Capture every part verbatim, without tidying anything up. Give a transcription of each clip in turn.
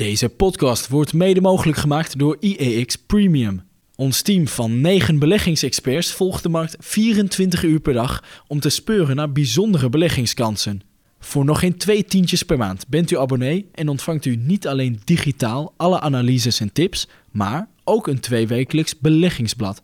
Deze podcast wordt mede mogelijk gemaakt door I E X Premium. Ons team van negen beleggingsexperts volgt de markt vierentwintig uur per dag om te speuren naar bijzondere beleggingskansen. Voor nog geen twee tientjes per maand bent u abonnee en ontvangt u niet alleen digitaal alle analyses en tips, maar ook een tweewekelijks beleggingsblad.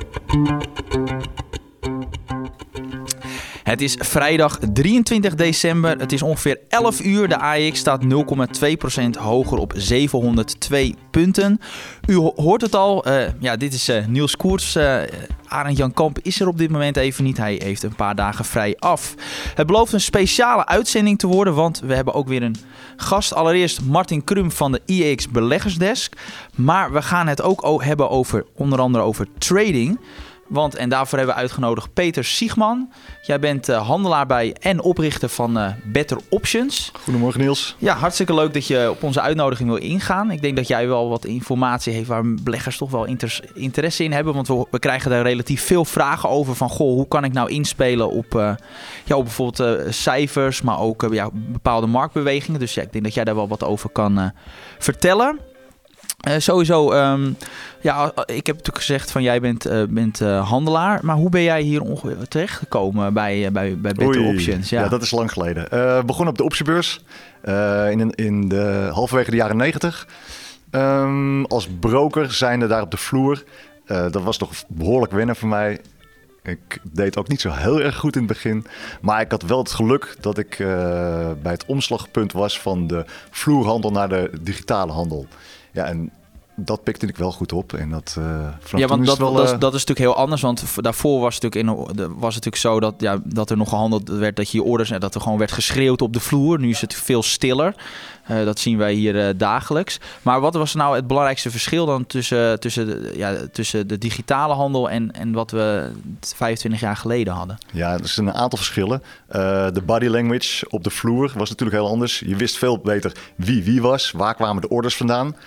Het is vrijdag drieëntwintig december. Het is ongeveer elf uur. De A E X staat nul komma twee procent hoger op zevenhonderdtwee punten. U hoort het al. Uh, ja, dit is uh, Niels Koerts. Uh, Arend Jan Kamp is er op dit moment even niet. Hij heeft een paar dagen vrij af. Het belooft een speciale uitzending te worden, want we hebben ook weer een gast. Allereerst Martin Krum van de I E X Beleggersdesk. Maar we gaan het ook hebben over, onder andere over trading. Want, en daarvoor hebben we uitgenodigd Peter Siegman. Jij bent uh, handelaar bij en oprichter van uh, Better Options. Goedemorgen Niels. Ja, hartstikke leuk dat je op onze uitnodiging wil ingaan. Ik denk dat jij wel wat informatie heeft waar beleggers toch wel inter- interesse in hebben. Want we, we krijgen daar relatief veel vragen over van, goh, hoe kan ik nou inspelen op, uh, ja, op bijvoorbeeld uh, cijfers, maar ook uh, ja, bepaalde marktbewegingen. Dus ja, ik denk dat jij daar wel wat over kan uh, vertellen. Uh, sowieso, um, ja, ik heb natuurlijk gezegd van jij bent, uh, bent uh, handelaar, maar hoe ben jij hier ongeveer terechtgekomen bij, uh, bij, bij Better Oei, Options? Ja. ja, dat is lang geleden. Uh, begonnen op de optiebeurs uh, in, in de halverwege de jaren negentig. Um, als broker zijnde daar op de vloer. Uh, dat was toch behoorlijk wennen voor mij. Ik deed ook niet zo heel erg goed in het begin. Maar ik had wel het geluk dat ik uh, bij het omslagpunt was van de vloerhandel naar de digitale handel. Ja, en dat pikte ik wel goed op. En dat, uh, ja, want dat, wel, dat, is, uh... dat is natuurlijk heel anders. Want daarvoor was het natuurlijk, in, was het natuurlijk zo dat, ja, dat er nog gehandeld werd, dat je je orders, dat er gewoon werd geschreeuwd op de vloer. Nu is het veel stiller. Uh, dat zien wij hier uh, dagelijks. Maar wat was nou het belangrijkste verschil dan tussen, tussen, de, ja, tussen de digitale handel en, en wat we vijfentwintig jaar geleden hadden? Ja, er zijn een aantal verschillen. Uh, de body language op de vloer was natuurlijk heel anders. Je wist veel beter wie wie was, waar kwamen de orders vandaan.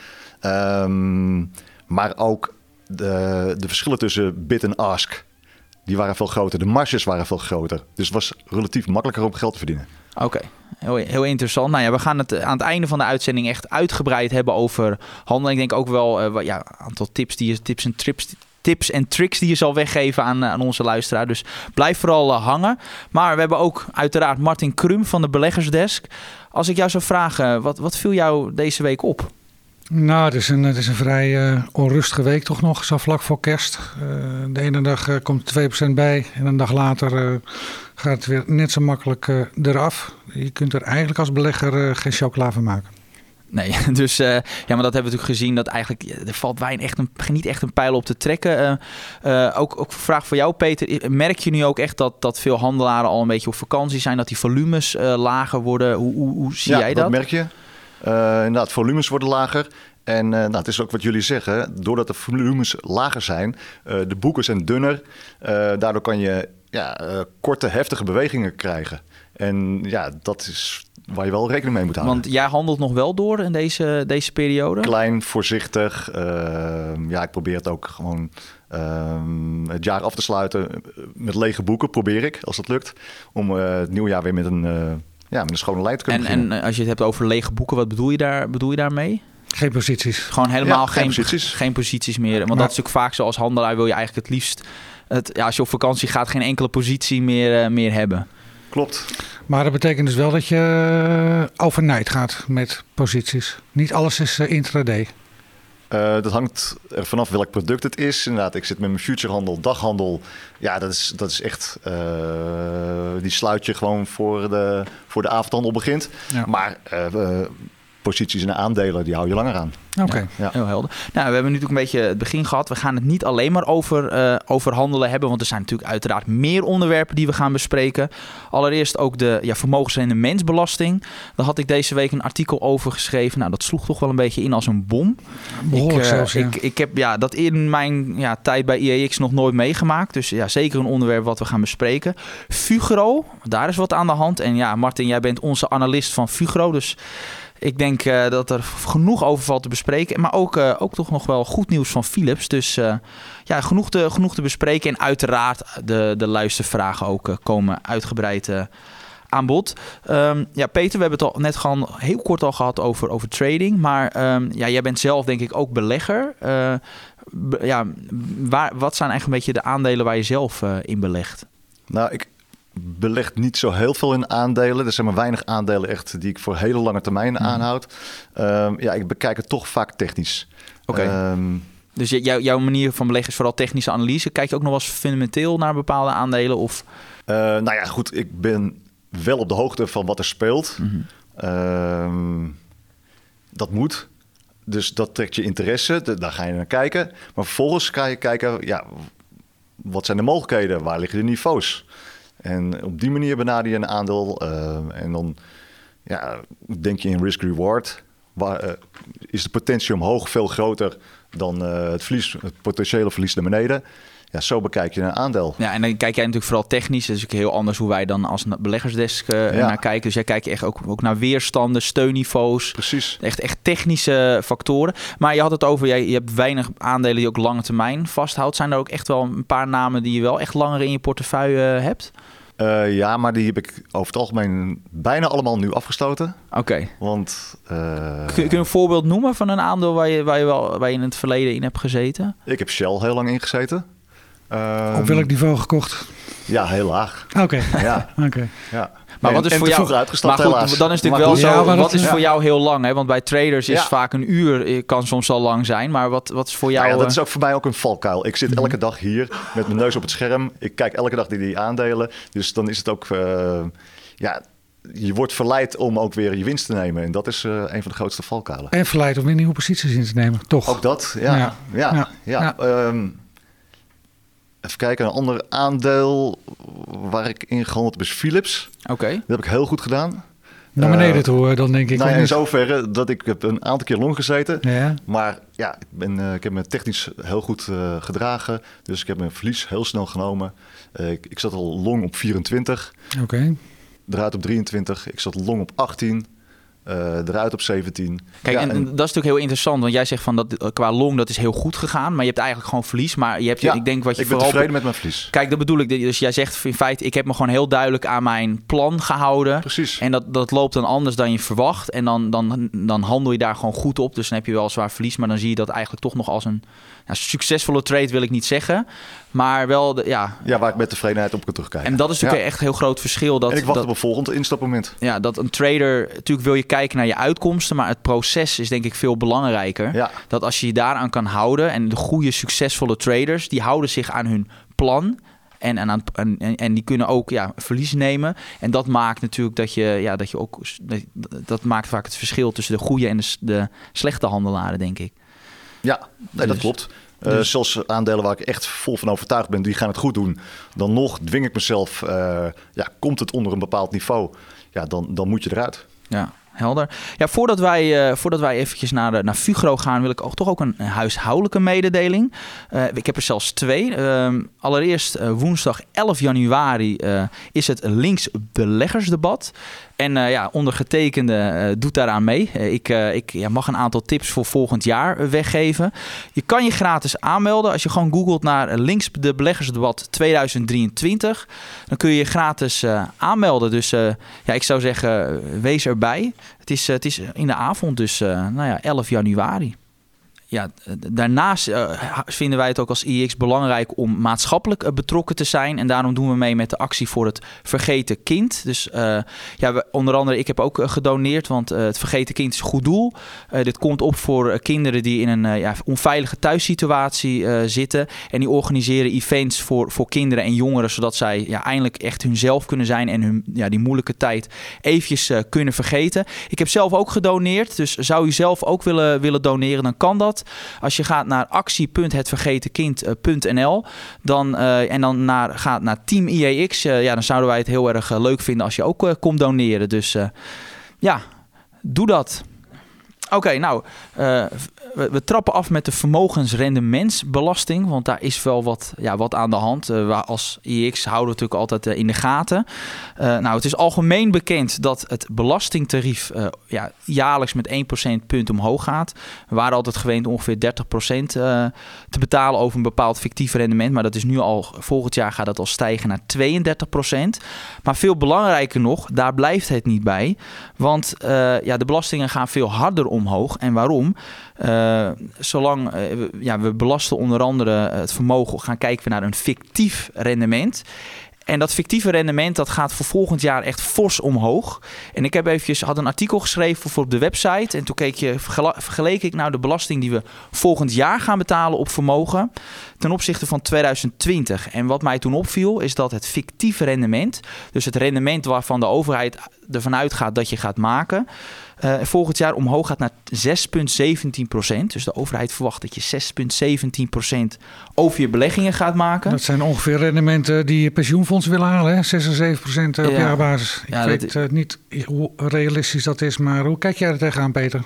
Um, maar ook de, de verschillen tussen bid en ask, die waren veel groter. De marges waren veel groter. Dus het was relatief makkelijker om geld te verdienen. Oké, okay. heel, heel interessant. Nou ja, we gaan het aan het einde van de uitzending echt uitgebreid hebben over handel. Ik denk ook wel uh, ja, een aantal tips, die je, tips en trips... tips en tricks die je zal weggeven aan, aan onze luisteraar. Dus blijf vooral uh, hangen. Maar we hebben ook uiteraard Martin Krum van de Beleggersdesk. Als ik jou zou vragen, wat, wat viel jou deze week op? Nou, het is een, het is een vrij uh, onrustige week toch nog, zo vlak voor kerst. Uh, de ene dag uh, komt er twee procent bij en een dag later uh, gaat het weer net zo makkelijk uh, eraf. Je kunt er eigenlijk als belegger uh, geen chocola van maken. Nee, dus uh, ja, maar dat hebben we natuurlijk gezien dat eigenlijk ja, er valt weinig echt een, niet echt een pijl op te trekken. Uh, uh, ook, ook een vraag voor jou, Peter. Merk je nu ook echt dat, dat veel handelaren al een beetje op vakantie zijn, dat die volumes uh, lager worden? Hoe, hoe, hoe zie ja, jij dat? dat merk je. Uh, inderdaad, volumes worden lager. En uh, nou, het is ook wat jullie zeggen. Doordat de volumes lager zijn, uh, de boeken zijn dunner. Uh, daardoor kan je ja, uh, korte, heftige bewegingen krijgen. En ja, dat is waar je wel rekening mee moet houden. Want jij handelt nog wel door in deze, deze periode? Klein, voorzichtig. Uh, ja, ik probeer het ook gewoon uh, het jaar af te sluiten. Met lege boeken probeer ik, als dat lukt. Om uh, het nieuwe jaar weer met een... Uh, Ja, met een schone lijn te kunnen en, en als je het hebt over lege boeken, wat bedoel je, daar, bedoel je daarmee? Geen posities. Gewoon helemaal ja, geen, geen, posities. geen posities meer. Want maar, dat is natuurlijk vaak zo als handelaar wil je eigenlijk het liefst... Het, ja, als je op vakantie gaat, geen enkele positie meer, uh, meer hebben. Klopt. Maar dat betekent dus wel dat je overnight gaat met posities. Niet alles is uh, intraday. Uh, dat hangt er vanaf welk product het is. Inderdaad, ik zit met mijn futurehandel, daghandel. Ja, dat is, dat is echt... Uh, die sluit je gewoon voor de, voor de avondhandel begint. Ja. Maar uh, uh, posities en aandelen, die hou je langer aan. Oké. Okay. Ja, ja. Heel helder. Nou, we hebben nu natuurlijk een beetje het begin gehad. We gaan het niet alleen maar over, uh, over handelen hebben. Want er zijn natuurlijk uiteraard meer onderwerpen die we gaan bespreken. Allereerst ook de ja, vermogensrendementsbelasting. Daar had ik deze week een artikel over geschreven. Nou, dat sloeg toch wel een beetje in als een bom. Behoorlijk ik, uh, zelfs, ja. ik, ik heb ja, dat in mijn ja, tijd bij I E X nog nooit meegemaakt. Dus ja, zeker een onderwerp wat we gaan bespreken. Fugro, daar is wat aan de hand. En ja, Martin, jij bent onze analist van Fugro. Dus ik denk uh, dat er genoeg over valt te bespreken. Maar ook, uh, ook toch nog wel goed nieuws van Philips. Dus uh, ja, genoeg te, genoeg te bespreken. En uiteraard de, de luistervragen ook uh, komen uitgebreid uh, aan bod. Um, ja, Peter, we hebben het al net gewoon heel kort al gehad over, over trading. Maar um, ja, jij bent zelf denk ik ook belegger. Uh, be, ja, waar, wat zijn eigenlijk een beetje de aandelen waar je zelf uh, in belegt? Nou, ik beleg niet zo heel veel in aandelen. Er zijn maar weinig aandelen echt die ik voor hele lange termijn mm. aanhoud. Um, ja, ik bekijk het toch vaak technisch. Oké. Okay. Um, dus j- jouw manier van beleggen is vooral technische analyse. Kijk je ook nog wel eens fundamenteel naar bepaalde aandelen? Of? Uh, nou ja, goed. Ik ben wel op de hoogte van wat er speelt. Mm-hmm. Um, dat moet. Dus dat trekt je interesse. De, daar ga je naar kijken. Maar vervolgens ga je kijken, ja, wat zijn de mogelijkheden? Waar liggen de niveaus? En op die manier benader je een aandeel. Uh, en dan ja, denk je in risk-reward. Waar, uh, is de potentie omhoog veel groter dan uh, het, verlies, het potentiële verlies naar beneden? Ja, zo bekijk je een aandeel. Ja, en dan kijk jij natuurlijk vooral technisch. Dat is ook heel anders hoe wij dan als beleggersdesk uh, ja. naar kijken. Dus jij kijkt echt ook, ook naar weerstanden, steunniveaus. Precies. Echt, echt technische factoren. Maar je had het over, jij, je hebt weinig aandelen die ook lange termijn vasthoudt. Zijn er ook echt wel een paar namen die je wel echt langer in je portefeuille uh, hebt? Uh, ja, maar die heb ik over het algemeen bijna allemaal nu afgesloten. Oké. Okay. Want uh, kun, kun je een voorbeeld noemen van een aandeel waar je, waar je wel waar je in het verleden in hebt gezeten? Ik heb Shell heel lang ingezeten. Um, Op welk niveau gekocht? Ja, heel laag. Oké. Okay. Ja. Okay. Ja. Maar wat is en voor jou? Uitgestapt, maar goed, helaas. dan is het maar natuurlijk wel goed, zo. Ja, wat dat, is ja. voor jou heel lang? Hè? Want bij traders is ja. vaak een uur, kan soms al lang zijn. Maar wat, wat is voor jou? Nou ja, dat uh... is ook voor mij ook een valkuil. Ik zit elke dag hier met mijn neus op het scherm. Ik kijk elke dag die, die aandelen. Dus dan is het ook, uh, ja, je wordt verleid om ook weer je winst te nemen. En dat is uh, een van de grootste valkuilen. En verleid om weer nieuwe posities in te nemen, toch? Ook dat, ja. ja. ja, ja, ja. ja. Um, even kijken, een ander aandeel waar ik in gehandeld heb is Philips. Oké. Okay. Dat heb ik heel goed gedaan. Naar beneden uh, toe, dan denk ik. Nou ja, in zoverre dat ik heb een aantal keer long gezeten. Ja. Maar ja, ik, ben, uh, ik heb me technisch heel goed uh, gedragen. Dus ik heb mijn verlies heel snel genomen. Uh, ik, ik zat al long op vierentwintig. Oké. Okay. Eruit op drieëntwintig. Ik zat long op achttien. Uh, eruit op zeventien. Kijk, ja, en, en dat is natuurlijk heel interessant, want jij zegt van dat qua long dat is heel goed gegaan, maar je hebt eigenlijk gewoon verlies. Maar je hebt, ja, ik denk wat je ik ben vooral tevreden met mijn verlies. Kijk, dat bedoel ik. Dus jij zegt in feite, ik heb me gewoon heel duidelijk aan mijn plan gehouden. Precies. En dat, dat loopt dan anders dan je verwacht. En dan, dan, dan handel je daar gewoon goed op. Dus dan heb je wel zwaar verlies, maar dan zie je dat eigenlijk toch nog als een ja, succesvolle trade, wil ik niet zeggen. Maar wel, de, ja... Ja, waar ik met tevredenheid op kan terugkijken. En dat is natuurlijk ja. echt een heel groot verschil. Dat, en ik wacht dat, op een volgend instapmoment. Ja, dat een trader... Natuurlijk wil je kijken naar je uitkomsten, maar het proces is denk ik veel belangrijker. Ja. Dat als je je daaraan kan houden, en de goede, succesvolle traders, die houden zich aan hun plan... En, en, en, en die kunnen ook ja, verlies nemen. En dat maakt natuurlijk dat je, ja, dat je ook... Dat, dat maakt vaak het verschil tussen de goede en de, de slechte handelaren, denk ik. Ja, nee, dat dus, klopt. Uh, dus. Zelfs aandelen waar ik echt vol van overtuigd ben, die gaan het goed doen. Dan nog dwing ik mezelf, uh, ja, komt het onder een bepaald niveau, ja, dan, dan moet je eruit. Ja, helder. Ja, voordat wij, uh, voordat wij eventjes naar, de, naar Fugro gaan, wil ik ook, toch ook een, een huishoudelijke mededeling. Uh, ik heb er zelfs twee. Uh, allereerst uh, woensdag elf januari uh, is het Links beleggersdebat. En uh, ja, ondergetekende uh, doet daaraan mee. Uh, ik uh, ik ja, mag een aantal tips voor volgend jaar uh, weggeven. Je kan je gratis aanmelden. Als je gewoon googelt naar Links de beleggersdebat tweeduizend drieëntwintig. Dan kun je je gratis uh, aanmelden. Dus uh, ja, ik zou zeggen, uh, wees erbij. Het is, uh, het is in de avond, dus uh, nou ja, elf januari. Ja, daarnaast uh, vinden wij het ook als I E X belangrijk om maatschappelijk uh, betrokken te zijn. En daarom doen we mee met de actie voor het Vergeten Kind. Dus uh, ja, we, onder andere, ik heb ook uh, gedoneerd, want uh, het Vergeten Kind is een goed doel. Uh, dit komt op voor uh, kinderen die in een uh, ja, onveilige thuissituatie uh, zitten. En die organiseren events voor, voor kinderen en jongeren, zodat zij ja, eindelijk echt hunzelf kunnen zijn en hun, ja, die moeilijke tijd eventjes uh, kunnen vergeten. Ik heb zelf ook gedoneerd, dus zou u zelf ook willen, willen doneren, dan kan dat. Als je gaat naar actie punt het vergeten kind punt n l dan, uh, en dan naar, gaat naar Team I E X, uh, ja, dan zouden wij het heel erg uh, leuk vinden als je ook uh, komt doneren. Dus uh, ja, doe dat. Oké, okay, nou, uh, we, we trappen af met de vermogensrendementsbelasting. Want daar is wel wat, ja, wat aan de hand. Uh, waar als I E X houden we natuurlijk altijd uh, in de gaten. Uh, nou, het is algemeen bekend dat het belastingtarief uh, ja, jaarlijks met één procentpunt omhoog gaat. We waren altijd gewend ongeveer dertig procent uh, te betalen over een bepaald fictief rendement. Maar dat is nu al, volgend jaar gaat dat al stijgen naar tweeëndertig procent. Maar veel belangrijker nog, daar blijft het niet bij. Want uh, ja, de belastingen gaan veel harder omhoog. En waarom? Uh, zolang uh, we, ja, we belasten onder andere het vermogen, gaan kijken we naar een fictief rendement. En dat fictieve rendement dat gaat voor volgend jaar echt fors omhoog. En ik heb eventjes, had een artikel geschreven voor op de website. En toen keek je, vergeleek ik nou de belasting die we volgend jaar gaan betalen op vermogen ten opzichte van tweeduizend twintig. En wat mij toen opviel is dat het fictieve rendement, dus het rendement waarvan de overheid ervan uitgaat dat je gaat maken, Uh, volgend jaar omhoog gaat naar zes komma zeventien procent. Dus de overheid verwacht dat je zes komma zeventien procent over je beleggingen gaat maken. Dat zijn ongeveer rendementen die pensioenfondsen willen halen, hè? zes à zeven procent op ja. jaarbasis. Ik ja, weet uh, niet hoe realistisch dat is, maar hoe kijk jij er tegenaan, Peter?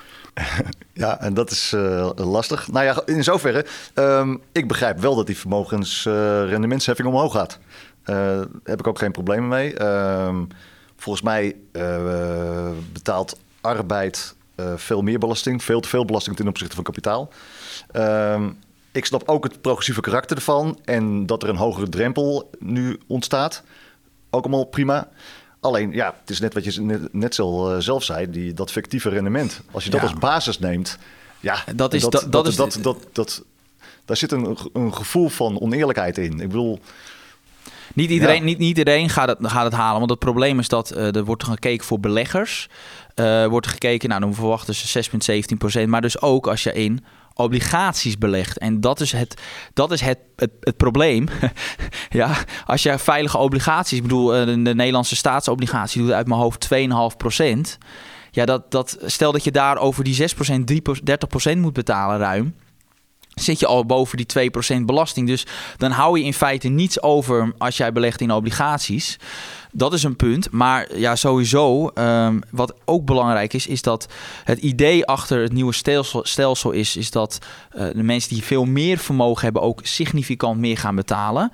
Ja, en dat is uh, lastig. Nou ja, in zoverre, um, ik begrijp wel dat die vermogensrendementsheffing uh, omhoog gaat. Daar uh, heb ik ook geen problemen mee. Um, Volgens mij uh, betaalt arbeid uh, veel meer belasting. Veel te veel belasting ten opzichte van kapitaal. Uh, ik snap ook het progressieve karakter ervan. En dat er een hogere drempel nu ontstaat. Ook allemaal prima. Alleen, ja, het is net wat je net, net zelf zei. Die, dat fictieve rendement. Als je dat ja. als basis neemt. Ja, dat is, dat, dat, dat, dat dat, is dat, dat, dat, dat, daar zit een, een gevoel van oneerlijkheid in. Ik bedoel... Niet iedereen, ja. niet, niet iedereen gaat, het, gaat het halen. Want het probleem is dat uh, er wordt gekeken voor beleggers. Uh, wordt gekeken, nou dan verwachten ze zes komma zeventien procent. Maar dus ook als je in obligaties belegt. En dat is het, dat is het, het, het probleem. Ja, als je veilige obligaties... Ik bedoel, uh, de Nederlandse staatsobligatie doet uit mijn hoofd twee komma vijf procent. Ja, dat, dat, stel dat je daar over die zes procent dertig procent moet betalen ruim. Zit je al boven die twee procent belasting. Dus dan hou je in feite niets over als jij belegt in obligaties. Dat is een punt. Maar ja, sowieso, um, wat ook belangrijk is, is dat het idee achter het nieuwe stelsel, stelsel is, is dat uh, de mensen die veel meer vermogen hebben ook significant meer gaan betalen.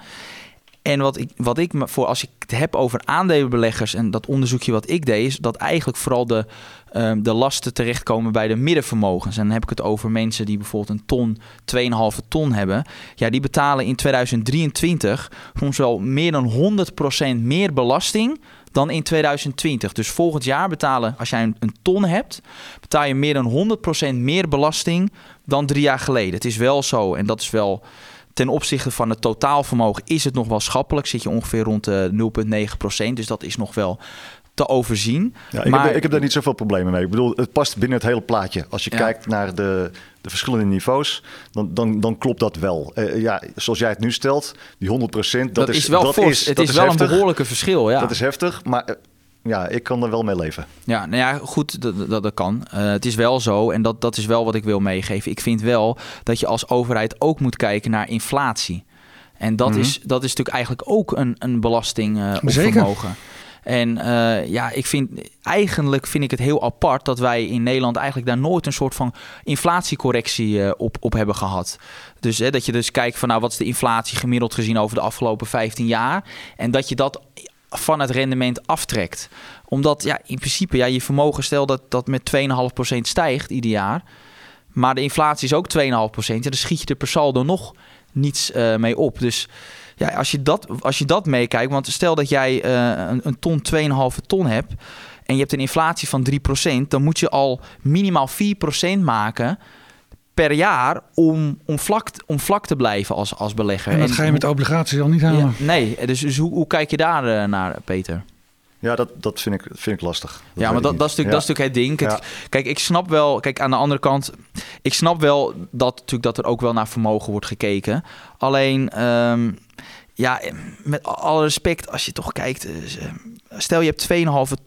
En wat ik, wat ik voor als ik het heb over aandelenbeleggers en dat onderzoekje wat ik deed, is dat eigenlijk vooral de, um, de lasten terechtkomen bij de middenvermogens. En dan heb ik het over mensen die bijvoorbeeld een ton, twee komma vijf ton hebben. Ja, die betalen in tweeduizend drieëntwintig soms wel meer dan honderd procent meer belasting dan in tweeduizend twintig. Dus volgend jaar betalen, als jij een, een ton hebt, betaal je meer dan honderd procent meer belasting dan drie jaar geleden. Het is wel zo en dat is wel... Ten opzichte van het totaalvermogen is het nog wel schappelijk. Zit je ongeveer rond de nul komma negen procent. Dus dat is nog wel te overzien. Ja, ik, maar... heb, ik heb daar niet zoveel problemen mee. Ik bedoel, het past binnen het hele plaatje. Als je ja. kijkt naar de, de verschillende niveaus, dan, dan, dan klopt dat wel. Uh, ja, zoals jij het nu stelt, die honderd procent, dat, dat is, is wel dat fors. Is, het dat is, is wel heftig. een behoorlijke verschil. Ja. Dat is heftig, maar... Uh, Ja, ik kan er wel mee leven. Ja, nou ja, goed, dat, dat, dat kan. Uh, het is wel zo en dat, dat is wel wat ik wil meegeven. Ik vind wel dat je als overheid ook moet kijken naar inflatie. En dat, mm-hmm. is, dat is natuurlijk eigenlijk ook een, een belasting uh, op Zeker. vermogen. En uh, ja, ik vind eigenlijk vind ik het heel apart dat wij in Nederland eigenlijk daar nooit een soort van inflatiecorrectie uh, op, op hebben gehad. Dus hè, dat je dus kijkt van nou, wat is de inflatie gemiddeld gezien over de afgelopen vijftien jaar? En dat je dat van het rendement aftrekt. Omdat ja, in principe ja, je vermogen, stel dat dat met twee komma vijf procent stijgt ieder jaar, maar de inflatie is ook twee komma vijf procent, ja, dan schiet je er per saldo nog niets uh, mee op. Dus ja, als je dat, als je dat meekijkt, want stel dat jij uh, een, een ton, twee komma vijf ton hebt en je hebt een inflatie van drie procent, dan moet je al minimaal vier procent maken per jaar om, om, vlak, om vlak te blijven als, als belegger. En dat ga je met obligaties al niet halen. Ja, nee, dus, dus hoe, hoe kijk je daar uh, naar, Peter? Ja, dat, dat vind, ik, vind ik lastig. Dat ja, maar dat, dat, is natuurlijk, ja. dat is natuurlijk het ding. Ja. Het, kijk, ik snap wel... Kijk, aan de andere kant... Ik snap wel dat, natuurlijk, dat er ook wel naar vermogen wordt gekeken. Alleen... Um, ja, met alle respect, als je toch kijkt... Stel, je hebt twee komma vijf ton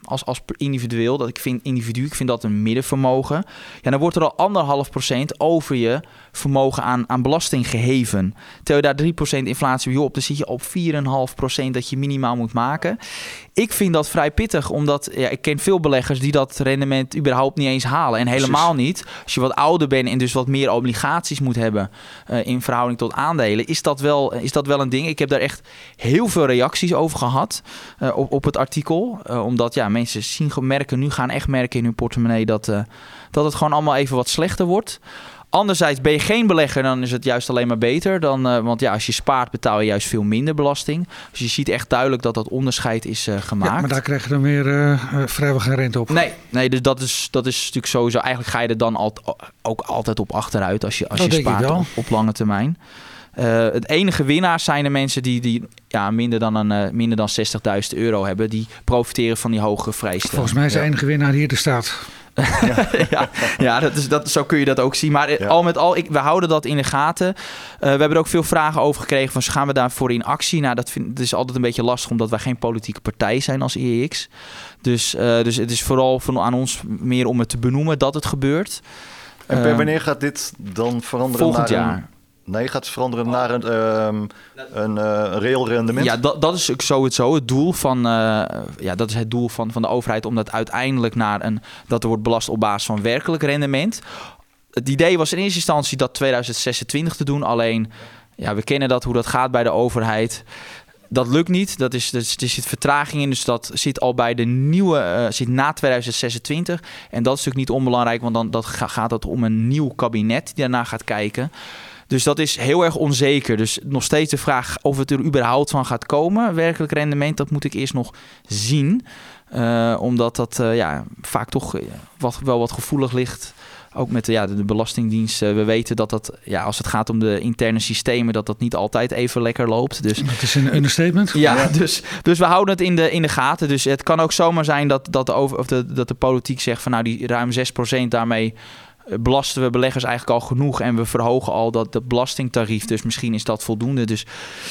als, als individueel. Dat ik vind individu, ik vind dat een middenvermogen. Ja, dan wordt er al anderhalf procent over je vermogen aan, aan belasting geheven. Tel je daar drie procent inflatie weer op, dan zit je op vier komma vijf procent dat je minimaal moet maken. Ik vind dat vrij pittig, omdat ja, ik ken veel beleggers die dat rendement überhaupt niet eens halen. En helemaal niet. Als je wat ouder bent en dus wat meer obligaties moet hebben uh, in verhouding tot aandelen, is dat, wel, is dat wel een ding. Ik heb daar echt heel veel reacties over gehad uh, op, op het artikel. Uh, omdat ja, mensen zien, merken, nu gaan echt merken in hun portemonnee dat, uh, dat het gewoon allemaal even wat slechter wordt. Anderzijds ben je geen belegger, dan is het juist alleen maar beter. Dan, uh, want ja, als je spaart betaal je juist veel minder belasting. Dus je ziet echt duidelijk dat dat onderscheid is uh, gemaakt. Ja, maar daar krijg je dan weer uh, vrijwel geen rente op. Nee, nee dus dat is, dat is natuurlijk sowieso. Eigenlijk ga je er dan al, ook altijd op achteruit als je, als je spaart op, op lange termijn. Uh, het enige winnaars zijn de mensen die, die ja, minder dan, een, uh, minder dan zestigduizend euro hebben. Die profiteren van die hoge vrijstelling. Volgens mij is de ja. enige winnaar hier de staat. Ja, ja, ja dat is, dat, zo kun je dat ook zien. Maar ja. al met al, ik, we houden dat in de gaten. Uh, we hebben er ook veel vragen over gekregen van, gaan we daarvoor in actie? Nou, dat, vind, dat is altijd een beetje lastig, omdat wij geen politieke partij zijn als I E X. Dus, uh, dus het is vooral van, aan ons meer om het te benoemen dat het gebeurt. En per wanneer gaat dit dan veranderen? Volgend naar jaar. Een... Nee, gaat het veranderen naar een, um, een uh, reëel rendement? Ja, dat, dat is ook sowieso het doel van, uh, ja, dat is het doel van, van de overheid, om dat uiteindelijk naar een, dat er wordt belast op basis van werkelijk rendement. Het idee was in eerste instantie dat tweeduizend zesentwintig te doen, alleen ja, we kennen dat, hoe dat gaat bij de overheid. Dat lukt niet. Dat is, dat is, er zit vertraging in. Dus dat zit al bij de nieuwe, uh, zit na tweeduizend zesentwintig. En dat is natuurlijk niet onbelangrijk, want dan dat gaat het om een nieuw kabinet die daarna gaat kijken. Dus dat is heel erg onzeker. Dus nog steeds de vraag of het er überhaupt van gaat komen. Werkelijk rendement, dat moet ik eerst nog zien. Uh, omdat dat uh, ja, vaak toch uh, wat, wel wat gevoelig ligt. Ook met ja, de, de Belastingdienst. Uh, we weten dat dat, ja, als het gaat om de interne systemen, dat dat niet altijd even lekker loopt. Dus, dat is een understatement. Ja, ja. Dus, dus we houden het in de, in de gaten. Dus het kan ook zomaar zijn dat, dat, de, over, of de, dat de politiek zegt van nou die ruim zes procent daarmee belasten we beleggers eigenlijk al genoeg. En we verhogen al dat de belastingtarief. Dus misschien is dat voldoende. Dus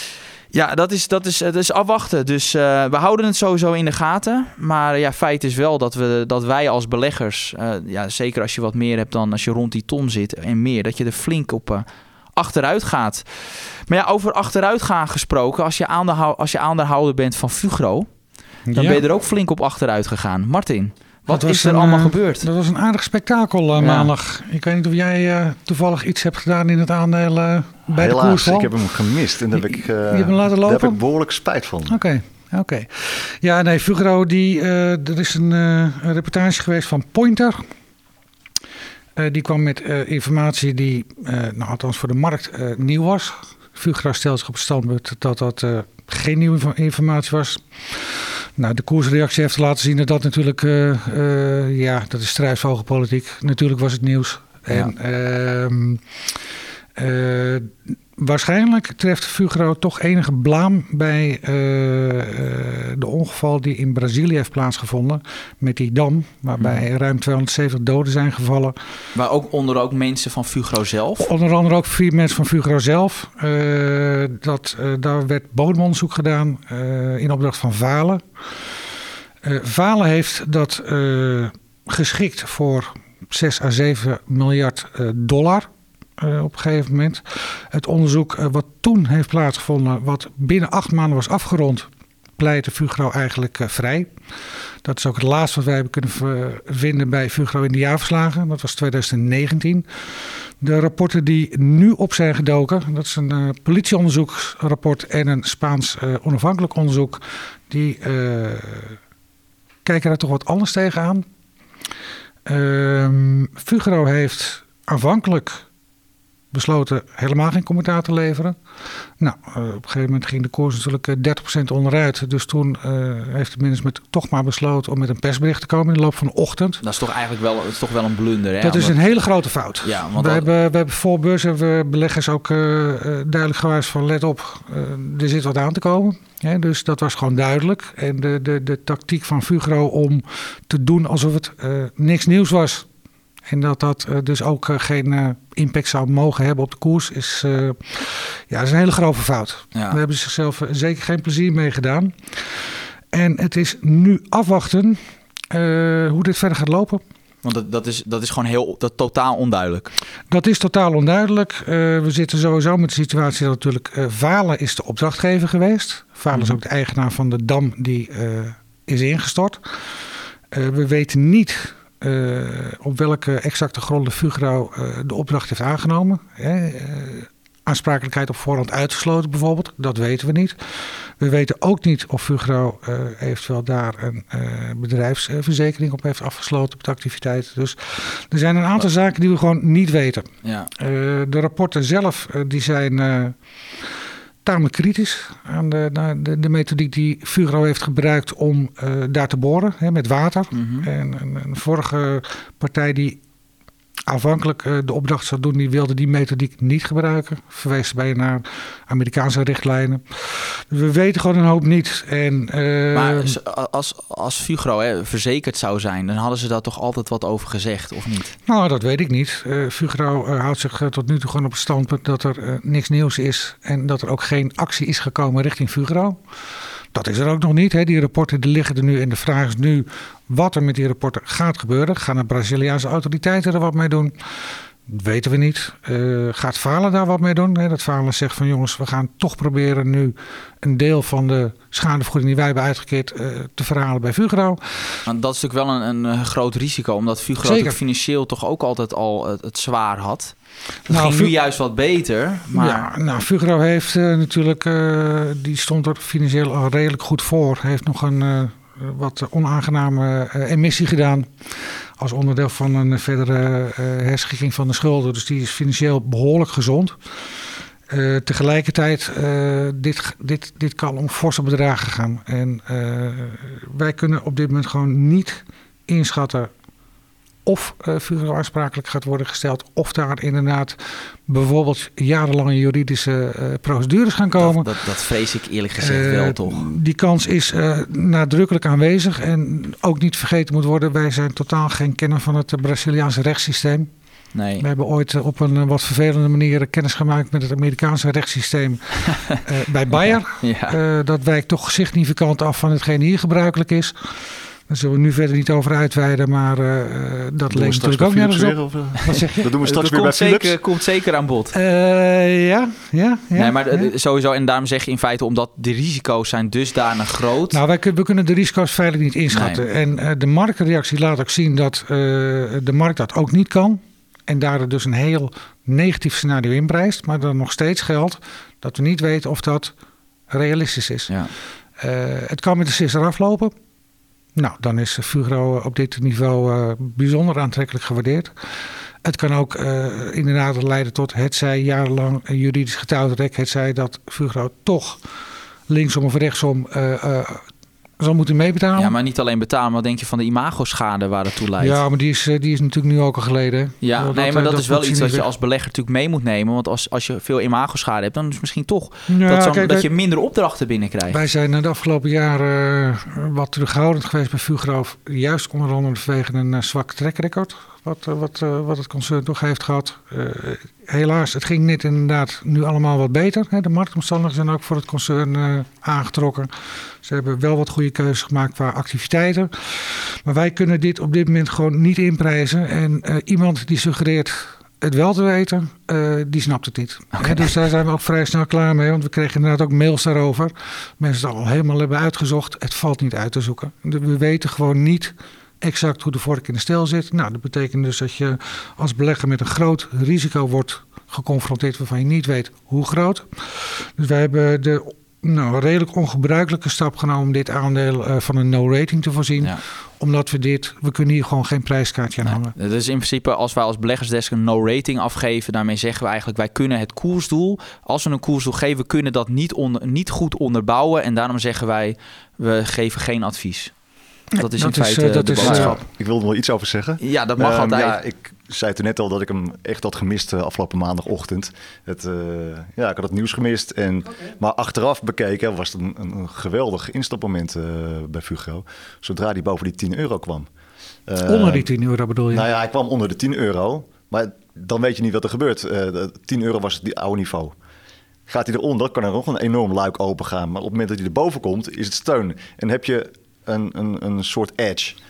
ja, dat is, dat is, dat is afwachten. Dus uh, we houden het sowieso in de gaten. Maar ja, feit is wel dat, we, dat wij als beleggers, uh, ja, zeker als je wat meer hebt dan als je rond die ton zit en meer, dat je er flink op uh, achteruit gaat. Maar ja, over achteruit gaan gesproken, als je, aandeelhou- als je aandeelhouder bent van Fugro, dan ja. ben je er ook flink op achteruit gegaan. Martin, wat is er een, allemaal uh, gebeurd? Dat was een aardig spektakel uh, maandag. Ja. Ik weet niet of jij uh, toevallig iets hebt gedaan in het aandeel uh, bij Helaas, de koersval. Ik heb hem gemist en daar heb ik, uh, je hebt hem laten lopen? Daar heb ik behoorlijk spijt van. Oké. Okay. Oké. Okay. Ja, nee, Fugro, die, uh, er is een, uh, een reportage geweest van Pointer. Uh, die kwam met uh, informatie die, uh, nou, althans voor de markt, uh, nieuw was. Fugro stelt zich op het standpunt dat dat uh, geen nieuwe informatie was. Nou, de koersreactie heeft laten zien dat dat natuurlijk, uh, uh, ja, dat is strijdsvogelpolitiek. Natuurlijk was het nieuws. Ja. En uh, uh, waarschijnlijk treft Fugro toch enige blaam bij uh, uh, de ongeval die in Brazilië heeft plaatsgevonden met die dam, waarbij hmm. ruim tweehonderdzeventig doden zijn gevallen. Maar ook onder ook mensen van Fugro zelf? Onder andere ook vier mensen van Fugro zelf. Uh, dat, uh, daar werd bodemonderzoek gedaan uh, in opdracht van Vale. Uh, Vale heeft dat uh, geschikt voor zes à zeven miljard uh, dollar. Uh, op een gegeven moment. Het onderzoek uh, wat toen heeft plaatsgevonden, wat binnen acht maanden was afgerond, pleitte Fugro eigenlijk uh, vrij. Dat is ook het laatste wat wij hebben kunnen v- vinden bij Fugro in de jaarverslagen. Dat was twintig negentien. De rapporten die nu op zijn gedoken, dat is een uh, politieonderzoeksrapport en een Spaans uh, onafhankelijk onderzoek, die uh, kijken daar toch wat anders tegenaan. Uh, Fugro heeft aanvankelijk besloten helemaal geen commentaar te leveren. Nou, uh, op een gegeven moment ging de koers natuurlijk uh, dertig procent onderuit. Dus toen uh, heeft de management toch maar besloten om met een persbericht te komen in de loop van de ochtend. Dat is toch eigenlijk wel, dat is toch wel een blunder, hè? Dat is Omdat... een hele grote fout. Ja, want we, dat... hebben, we hebben voor beurs hebben we beleggers ook uh, uh, duidelijk gewaarschuwd van let op, uh, er zit wat aan te komen. Ja, dus dat was gewoon duidelijk. En de, de, de tactiek van Fugro om te doen alsof het uh, niks nieuws was, en dat dat uh, dus ook uh, geen uh, impact zou mogen hebben op de koers, is, uh, ja, dat is een hele grove fout. Ja. Daar hebben ze zichzelf uh, zeker geen plezier mee gedaan. En het is nu afwachten Uh, hoe dit verder gaat lopen. Want dat, dat, is, dat is gewoon heel dat totaal onduidelijk. Dat is totaal onduidelijk. Uh, we zitten sowieso met de situatie dat natuurlijk uh, Valen is de opdrachtgever geweest. Valen mm-hmm. is ook de eigenaar van de dam die uh, is ingestort. Uh, we weten niet uh, op welke exacte gronden Fugro uh, de opdracht heeft aangenomen. Hè. Uh, aansprakelijkheid op voorhand uitgesloten bijvoorbeeld. Dat weten we niet. We weten ook niet of Fugro uh, eventueel daar een uh, bedrijfsverzekering op heeft afgesloten op de activiteiten. Dus er zijn een aantal zaken die we gewoon niet weten. Ja. Uh, de rapporten zelf uh, die zijn uh, tamelijk kritisch aan de, de, de methodiek die Fugro heeft gebruikt om uh, daar te boren, hè, met water. Mm-hmm. En een, een vorige partij die aanvankelijk uh, de opdracht zou doen, die wilde die methodiek niet gebruiken. Verwees bij naar Amerikaanse richtlijnen. We weten gewoon een hoop niet. En, uh, maar als, als Fugro hè, verzekerd zou zijn, dan hadden ze daar toch altijd wat over gezegd, of niet? Nou, dat weet ik niet. Uh, Fugro uh, houdt zich uh, tot nu toe gewoon op het standpunt dat er uh, niks nieuws is en dat er ook geen actie is gekomen richting Fugro. Dat is er ook nog niet. Hè. Die rapporten die liggen er nu en de vraag is nu wat er met die rapporten gaat gebeuren. Gaan de Braziliaanse autoriteiten er wat mee doen? Dat weten we niet. Uh, gaat Valen daar wat mee doen? Hè? Dat Valen zegt van jongens, we gaan toch proberen nu een deel van de schadevergoeding die wij hebben uitgekeerd uh, te verhalen bij Fugro. Want dat is natuurlijk wel een, een groot risico, omdat Fugro financieel toch ook altijd al het, het zwaar had. Het nou, ging nu juist wat beter. Maar... Ja, nou, Fugro heeft uh, natuurlijk, uh, die stond er financieel al redelijk goed voor. Heeft nog een uh, wat onaangename uh, emissie gedaan als onderdeel van een verdere uh, herschikking van de schulden. Dus die is financieel behoorlijk gezond. Uh, tegelijkertijd, uh, dit, dit, dit kan om forse bedragen gaan. En uh, wij kunnen op dit moment gewoon niet inschatten of uh, Fugro aansprakelijk gaat worden gesteld, of daar inderdaad bijvoorbeeld jarenlange juridische uh, procedures gaan komen. Dat, dat, dat vrees ik eerlijk gezegd uh, wel, toch? Die kans is uh, nadrukkelijk aanwezig en ook niet vergeten moet worden, wij zijn totaal geen kenner van het Braziliaanse rechtssysteem. Nee. We hebben ooit op een wat vervelende manier kennis gemaakt met het Amerikaanse rechtssysteem uh, bij Bayer. Ja, ja. Uh, dat wijkt toch significant af van hetgeen hier gebruikelijk is. Daar zullen we nu verder niet over uitweiden, maar uh, dat leek natuurlijk ook nergens op. Of, uh, Wat zeg je? Dat doen we straks dat weer komt bij Philips. Zeker, komt zeker aan bod. Uh, ja, ja, ja. Nee, maar ja. sowieso, en daarom zeg je in feite, omdat de risico's zijn dusdanig groot. Nou, wij we kunnen de risico's feitelijk niet inschatten. Nee. En uh, de marktreactie laat ook zien dat uh, de markt dat ook niet kan. En daar dus een heel negatief scenario inprijst. Maar dan nog steeds geldt dat we niet weten of dat realistisch is. Ja. Uh, het kan met de sisser aflopen. Nou, dan is Fugro op dit niveau uh, bijzonder aantrekkelijk gewaardeerd. Het kan ook uh, inderdaad leiden tot hetzij jarenlang een juridisch getouwtrek. Hetzij dat Fugro toch linksom of rechtsom uh, uh, zal moeten meebetalen. Ja, maar niet alleen betalen. Wat denk je van de imagoschade waar het toe leidt? Ja, maar die is, die is natuurlijk nu ook al geleden. Ja, dat, nee, maar dat, dat is wel iets wat je als belegger natuurlijk mee moet nemen. Want als, als je veel imagoschade hebt, dan is het misschien toch ja, dat, zo, kijk, dat je minder opdrachten binnenkrijgt. Wij zijn de afgelopen jaren uh, wat terughoudend geweest bij Fugro. Juist onder andere vanwege een uh, zwak trackrecord. Wat, uh, wat, uh, wat het concern toch heeft gehad. Uh, helaas, het ging net inderdaad nu allemaal wat beter. Hè. De marktomstandigheden zijn ook voor het concern uh, aangetrokken. Ze hebben wel wat goede keuzes gemaakt qua activiteiten. Maar wij kunnen dit op dit moment gewoon niet inprijzen. En uh, iemand die suggereert het wel te weten, uh, die snapt het niet. Okay. Dus daar zijn we ook vrij snel klaar mee. Want we kregen inderdaad ook mails daarover. Mensen het al helemaal hebben uitgezocht. Het valt niet uit te zoeken. We weten gewoon niet exact hoe de vork in de steel zit. Nou, dat betekent dus dat je als belegger met een groot risico wordt geconfronteerd waarvan je niet weet hoe groot. Dus wij hebben de nou, redelijk ongebruikelijke stap genomen om dit aandeel uh, van een no-rating te voorzien. Ja. Omdat we dit, we kunnen hier gewoon geen prijskaartje aan nee, hangen. Dat is in principe, als wij als beleggersdesk een no-rating afgeven, daarmee zeggen we eigenlijk, wij kunnen het koersdoel, als we een koersdoel geven, kunnen dat niet, onder, niet goed onderbouwen. En daarom zeggen wij, we geven geen advies. Dat is dat in is, feite dat de is, boodschap. Uh, ik wilde er wel iets over zeggen. Ja, dat mag um, altijd. Ja, ik zei toen net al dat ik hem echt had gemist uh, afgelopen maandagochtend. Het, uh, ja, ik had het nieuws gemist. En, okay. Maar achteraf bekeken was het een, een, een geweldig instapmoment uh, bij Fugro. Zodra die boven die tien euro kwam. Uh, onder die tien euro bedoel je? Nou ja, hij kwam onder de tien euro. Maar dan weet je niet wat er gebeurt. Uh, tien euro was het die oude niveau. Gaat hij eronder, kan er nog een enorm luik open gaan. Maar op het moment dat hij erboven komt, is het steun. En heb je Een, een, een soort edge.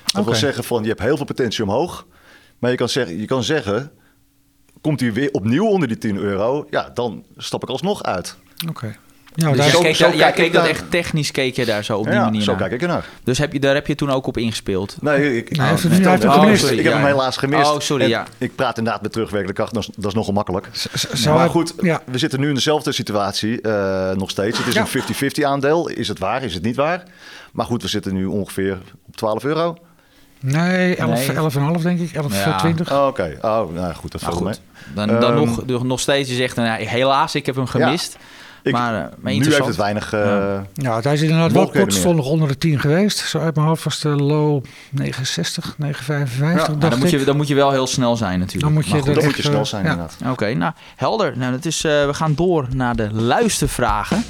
Dat Okay. wil zeggen van, je hebt heel veel potentie omhoog. Maar je kan zeggen, je kan zeggen komt hij weer opnieuw onder die tien euro... ja, dan stap ik alsnog uit. Oké. Okay. Ja, Dus daar jij zo- keek, zo daar- jij kijk keek ik dat daar- echt technisch, keek je daar zo op die Ja, manier zo naar. kijk ik ernaar. Dus heb je, daar heb je toen ook op ingespeeld? Nee, ik, hij heeft het nee, nu- hij heeft het oh, gemist. sorry, ik heb Ja, hem ja. helaas gemist. Oh, sorry, En ja. Ik praat inderdaad met terugwerkende kracht, dat is, dat is nogal makkelijk. zou maar hij- goed, ja. we zitten nu in dezelfde situatie uh, nog steeds. Het is Ja. een vijftig vijftig aandeel. Is het waar, is het niet waar? Maar goed, we zitten nu ongeveer op twaalf euro. Nee, elf, Nee. elf komma vijf denk ik. elf Ja. twintig. Oh, Oké, okay. oh, nou goed, dat Nou valt goed, mee. dan, dan Ehm, nog, nog- nog steeds je zegt, nou, helaas, ik heb hem gemist. Ik, maar, uh, maar nu interessant. heeft het weinig... Uh, Ja. Ja, hij is inderdaad wel mogelijkheden kortstondig onder de tien geweest. Zo uit mijn hoofd was de low negen zestig, negen vijfenvijftig. Ja, Nou, dacht dan, moet ik. je, dan moet je wel heel snel zijn natuurlijk. Dan moet je Maar goed. er dan echt, moet je snel uh, zijn ja. inderdaad. Oké, nou helder. Nou, dat is, uh, we gaan door naar de luistervragen.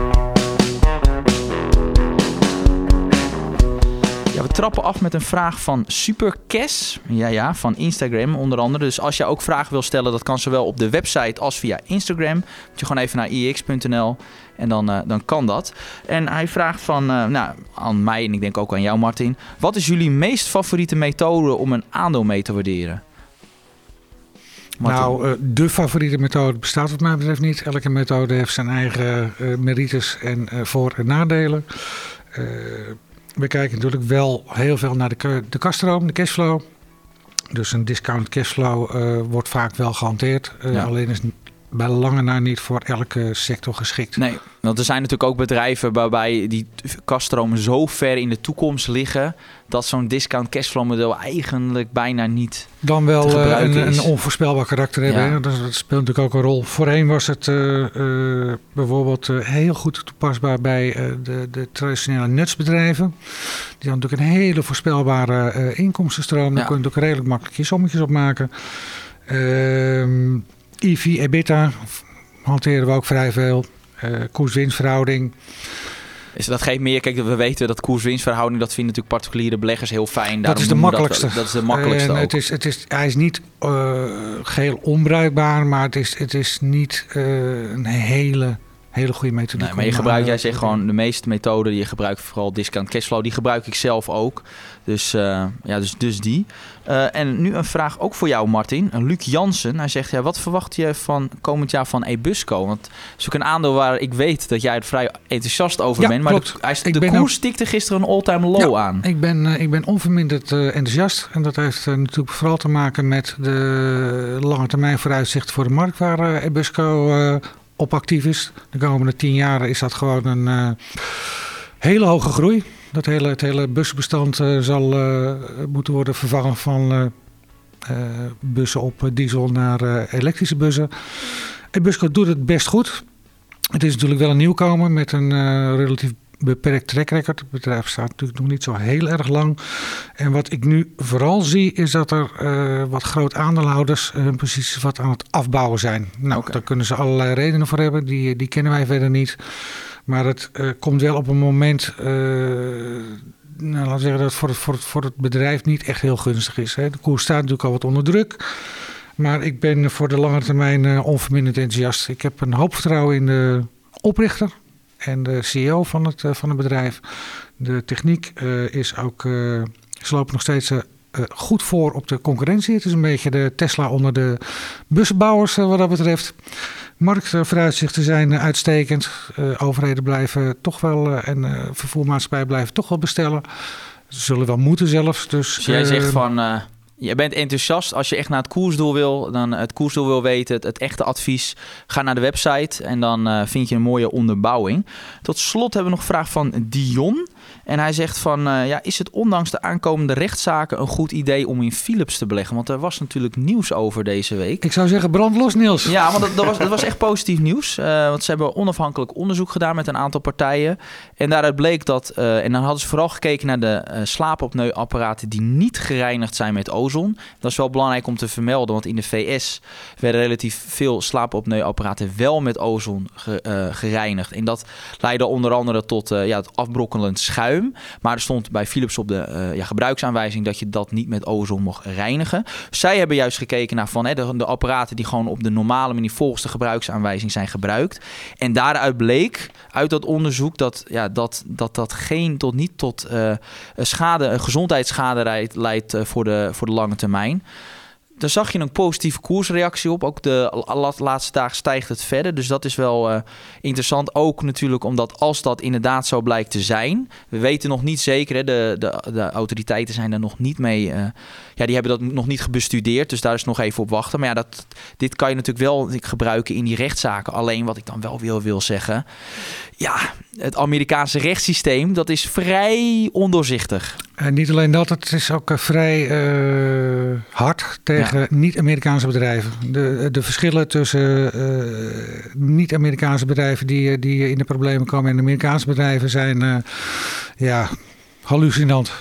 Ja, we trappen af met een vraag van Supercas. Ja, ja, van Instagram onder andere. Dus als je ook vragen wil stellen, dat kan zowel op de website als via Instagram. Moet je gewoon even naar i e x punt n l en dan, uh, dan kan dat. En hij vraagt van, uh, nou, aan mij en ik denk ook aan jou, Martin. Wat is jullie meest favoriete methode om een aandeel mee te waarderen? Martin. Nou, uh, de favoriete methode bestaat wat mij betreft niet. Elke methode heeft zijn eigen uh, merites en uh, voor- en nadelen. Uh, we kijken natuurlijk wel heel veel naar de, de kasstroom, de cashflow. Dus een discount cashflow uh, wordt vaak wel gehanteerd. Uh, Ja. Alleen is het bij lange na niet voor elke sector geschikt. Nee, want er zijn natuurlijk ook bedrijven waarbij die kaststromen zo ver in de toekomst liggen dat zo'n discount cashflow model eigenlijk bijna niet Dan wel te uh, gebruiken een, is. een onvoorspelbaar karakter hebben. Ja. Hè? Dat, dat speelt natuurlijk ook een rol. Voorheen was het uh, uh, bijvoorbeeld uh, heel goed toepasbaar bij uh, de, de traditionele nutsbedrijven. Die hadden natuurlijk een hele voorspelbare uh, inkomstenstroom. Daar Ja. kun je ook redelijk makkelijk je sommetjes op maken. Uh, E V, EBITDA hanteren we ook vrij veel. Uh, koers-winstverhouding. is. Dat geeft meer. Kijk, we weten dat koers-winstverhouding, dat vinden natuurlijk particuliere beleggers heel fijn. Dat Daarom is de noemen we makkelijkste. Dat, dat is de makkelijkste En ook. het is, het is, hij is niet uh, geheel onbruikbaar, maar het is, het is niet uh, een hele, hele goede methode. Nee, maar je gebruikt, jij zegt gewoon de meeste methoden die je gebruikt, vooral discount cashflow, die gebruik ik zelf ook. Dus, uh, ja, dus, dus die. Uh, en nu een vraag ook voor jou, Martin. Luc Jansen, hij zegt, ja, wat verwacht je van komend jaar van Ebusco? Want het is ook een aandeel waar ik weet dat jij er vrij enthousiast over Ja, bent. Maar klopt. de, hij, Ik de ben koers ook- stikte gisteren een all-time low Ja, aan. Ik ben, uh, ik ben onverminderd uh, enthousiast. En dat heeft uh, natuurlijk vooral te maken met de lange termijn vooruitzichten voor de markt waar uh, Ebusco uh, op actief is. De komende tien jaar is dat gewoon een uh, hele hoge groei. Dat hele, het hele bussenbestand uh, zal uh, moeten worden vervangen van uh, uh, bussen op diesel naar uh, elektrische bussen. Ebusco doet het best goed. Het is natuurlijk wel een nieuwkomer met een uh, relatief beperkt track record. Het bedrijf staat natuurlijk nog niet zo heel erg lang. En wat ik nu vooral zie is dat er uh, wat groot aandeelhouders hun uh, posities wat aan het afbouwen zijn. Nou, Oké. daar kunnen ze allerlei redenen voor hebben. Die, die kennen wij verder niet. Maar het uh, komt wel op een moment, uh, nou, laten we zeggen dat het voor het, voor, het, voor het bedrijf niet echt heel gunstig is. Hè. De koers staat natuurlijk al wat onder druk. Maar ik ben voor de lange termijn uh, onverminderd enthousiast. Ik heb een hoop vertrouwen in de oprichter en de C E O van het, uh, van het bedrijf. De techniek uh, is ook, uh, ze lopen nog steeds uh, uh, goed voor op de concurrentie. Het is een beetje de Tesla onder de bussenbouwers uh, wat dat betreft. Marktvooruitzichten zijn uh, uitstekend. Uh, overheden blijven toch wel uh, en uh, vervoermaatschappijen blijven toch wel bestellen. Ze zullen wel moeten zelfs. Dus, Dus jij uh, zegt van, uh, je bent enthousiast. Als je echt naar het koersdoel wil, dan het koersdoel wil weten, het, het echte advies, ga naar de website en dan uh, vind je een mooie onderbouwing. Tot slot hebben we nog een vraag van Dion. En hij zegt van, uh, ja, is het ondanks de aankomende rechtszaken een goed idee om in Philips te beleggen? Want er was natuurlijk nieuws over deze week. Ik zou zeggen brand los, Niels. Ja, want dat, dat, was, dat was echt positief nieuws. Uh, want ze hebben onafhankelijk onderzoek gedaan met een aantal partijen. En daaruit bleek dat, uh, en dan hadden ze vooral gekeken naar de uh, slaapapneuapparaten die niet gereinigd zijn met ozon. Dat is wel belangrijk om te vermelden, want in de V S werden relatief veel slaapapneuapparaten wel met ozon ge, uh, gereinigd. En dat leidde onder andere tot uh, ja, het afbrokkelend schuim. Maar er stond bij Philips op de uh, ja, gebruiksaanwijzing dat je dat niet met ozon mocht reinigen. Zij hebben juist gekeken naar van, hè, de, de apparaten die gewoon op de normale manier volgens de gebruiksaanwijzing zijn gebruikt. En daaruit bleek uit dat onderzoek dat ja, dat, dat, dat geen tot niet tot uh, schade, gezondheidsschade leidt, leidt uh, voor, de, voor de lange termijn. Daar zag je een positieve koersreactie op. Ook de laatste dagen stijgt het verder. Dus dat is wel uh, interessant. Ook natuurlijk omdat als dat inderdaad zo blijkt te zijn. We weten nog niet zeker. Hè, de, de, de autoriteiten zijn er nog niet mee. Uh, ja, die hebben dat nog niet gebestudeerd. Dus daar is nog even op wachten. Maar ja, dat, dit kan je natuurlijk wel gebruiken in die rechtszaken. Alleen wat ik dan wel wil, wil zeggen. Ja, het Amerikaanse rechtssysteem, dat is vrij ondoorzichtig. En niet alleen dat, het is ook uh, vrij uh, hard tegen ja. niet-Amerikaanse bedrijven. De, de verschillen tussen uh, niet-Amerikaanse bedrijven die, die in de problemen komen en Amerikaanse bedrijven zijn uh, ja, hallucinant.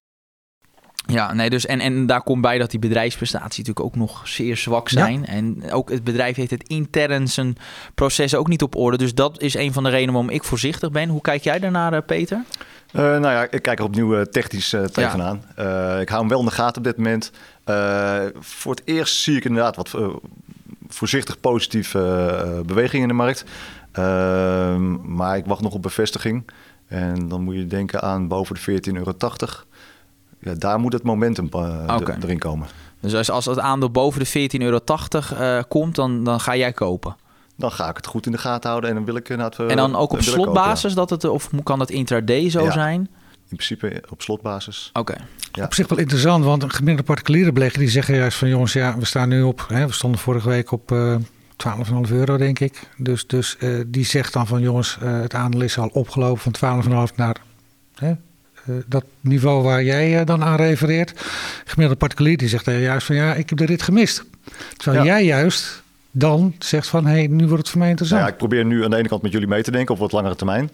Ja, nee, dus en, en daar komt bij dat die bedrijfsprestaties natuurlijk ook nog zeer zwak zijn. Ja. En ook het bedrijf heeft het intern zijn processen ook niet op orde. Dus dat is een van de redenen waarom ik voorzichtig ben. Hoe kijk jij daarnaar, Peter? Uh, nou ja, ik kijk er opnieuw uh, technisch uh, tegenaan. Ja. Uh, ik hou hem wel in de gaten op dit moment. Uh, voor het eerst zie ik inderdaad wat uh, voorzichtig positieve uh, beweging in de markt. Uh, maar ik wacht nog op bevestiging. En dan moet je denken aan boven de veertien euro tachtig. Ja, daar moet het momentum uh, okay. erin komen. Dus als, als het aandeel boven de veertien euro tachtig uh, komt, dan, dan ga jij kopen? Dan ga ik het goed in de gaten houden en dan wil ik inderdaad... Uh, en dan ook op slotbasis, kopen, ja. dat het, of kan het intraday zo ja, zijn? In principe op slotbasis. Oké. Okay. Ja. Op zich wel interessant, want een gemiddelde particuliere belegger die zeggen juist van jongens, ja, we staan nu op, hè, we stonden vorige week op uh, twaalf komma vijf euro, denk ik. Dus, dus uh, die zegt dan van jongens, uh, het aandeel is al opgelopen van twaalf komma vijf naar... Hè, Uh, dat niveau waar jij uh, dan aan refereert. Gemiddelde particulier die zegt uh, juist van ja, ik heb de rit gemist. Terwijl ja. jij juist dan zegt van hé, hey, nu wordt het voor mij interessant. Nou ja, ik probeer nu aan de ene kant met jullie mee te denken op wat langere termijn.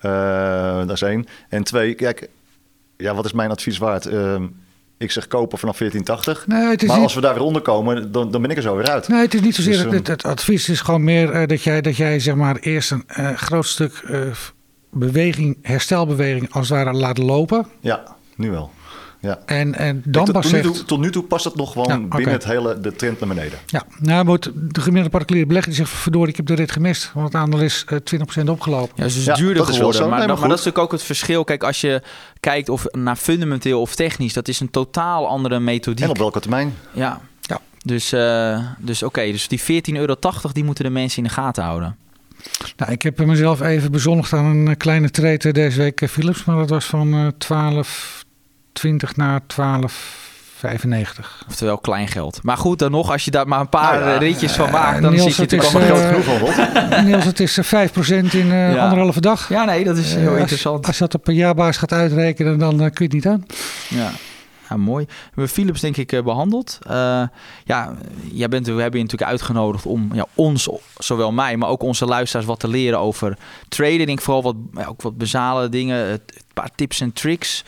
Uh, dat is één. En twee, kijk, ja, wat is mijn advies waard? Uh, ik zeg kopen vanaf veertien tachtig. Nee, maar niet... als we daar weer onder komen, dan, dan ben ik er zo weer uit. Nee, het is niet zozeer dus, het, het, het advies. is gewoon meer uh, dat, jij, dat jij zeg maar eerst een uh, groot stuk... Uh, beweging, herstelbeweging als het ware laten lopen. Ja, nu wel. Ja. En, en dan tot, pas tot, zegt... nu toe, tot nu toe past het nog gewoon ja, binnen okay. het hele, de trend naar beneden. Ja, nou moet de gemiddelde particuliere belegger die zegt verdorie, ik heb de rit gemist. Want het aandeel is uh, twintig procent opgelopen. Ja, dus het is ja, duurder geworden. Maar, nee, maar, maar dat is natuurlijk ook het verschil. Kijk, als je kijkt of naar fundamenteel of technisch, dat is een totaal andere methodiek. En op welke termijn? Ja. ja. Dus, uh, dus oké, okay, dus die veertien euro tachtig, die moeten de mensen in de gaten houden. Nou, ik heb mezelf even bezondigd aan een kleine trade deze week, Philips. Maar dat was van twaalf twintig naar twaalf vijfennegentig. Oftewel klein geld. Maar goed, dan nog, als je daar maar een paar nou ja, ritjes van maakt, dan Niels, zit je natuurlijk allemaal uh, geld genoeg van. Niels, het is vijf procent in uh, ja. anderhalve dag. Ja, nee, dat is heel uh, als, interessant. Als je dat op een jaarbasis gaat uitrekenen, dan uh, kun je het niet aan. Ja. Ja, mooi. We hebben Philips denk ik behandeld. Uh, ja, jij bent, we hebben je natuurlijk uitgenodigd om ja, ons, zowel mij, maar ook onze luisteraars wat te leren over traden. Ik denk vooral wat, ja, ook wat basale dingen, een paar tips en tricks.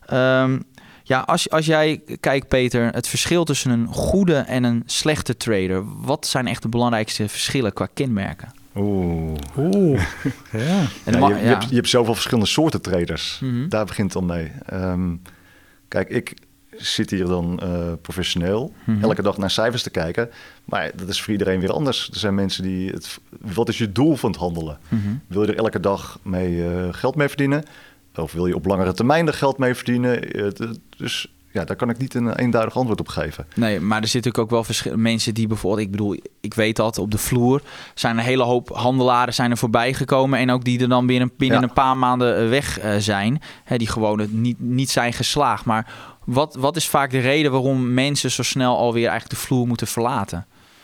Um, ja, als, als jij kijkt, Peter, het verschil tussen een goede en een slechte trader. Wat zijn echt de belangrijkste verschillen qua kenmerken? Oeh. Oeh. Ja. En ja, je, je, hebt, je hebt zoveel verschillende soorten traders. Mm-hmm. Daar begint het al mee. Um, kijk, ik zit hier dan uh, professioneel mm-hmm. elke dag naar cijfers te kijken. Maar dat is voor iedereen weer anders. Er zijn mensen die... Het, wat is je doel van het handelen? Mm-hmm. Wil je er elke dag mee uh, geld mee verdienen? Of wil je op langere termijn er geld mee verdienen? Uh, dus ja, daar kan ik niet een eenduidig antwoord op geven. Nee, maar er zitten natuurlijk ook wel verschillende mensen die bijvoorbeeld... Ik bedoel, ik weet dat, op de vloer zijn een hele hoop handelaren zijn er voorbij gekomen. En ook die er dan binnen, binnen ja. een paar maanden weg uh, zijn. Hè, die gewoon het niet, niet zijn geslaagd. Maar wat, wat is vaak de reden waarom mensen zo snel alweer eigenlijk de vloer moeten verlaten?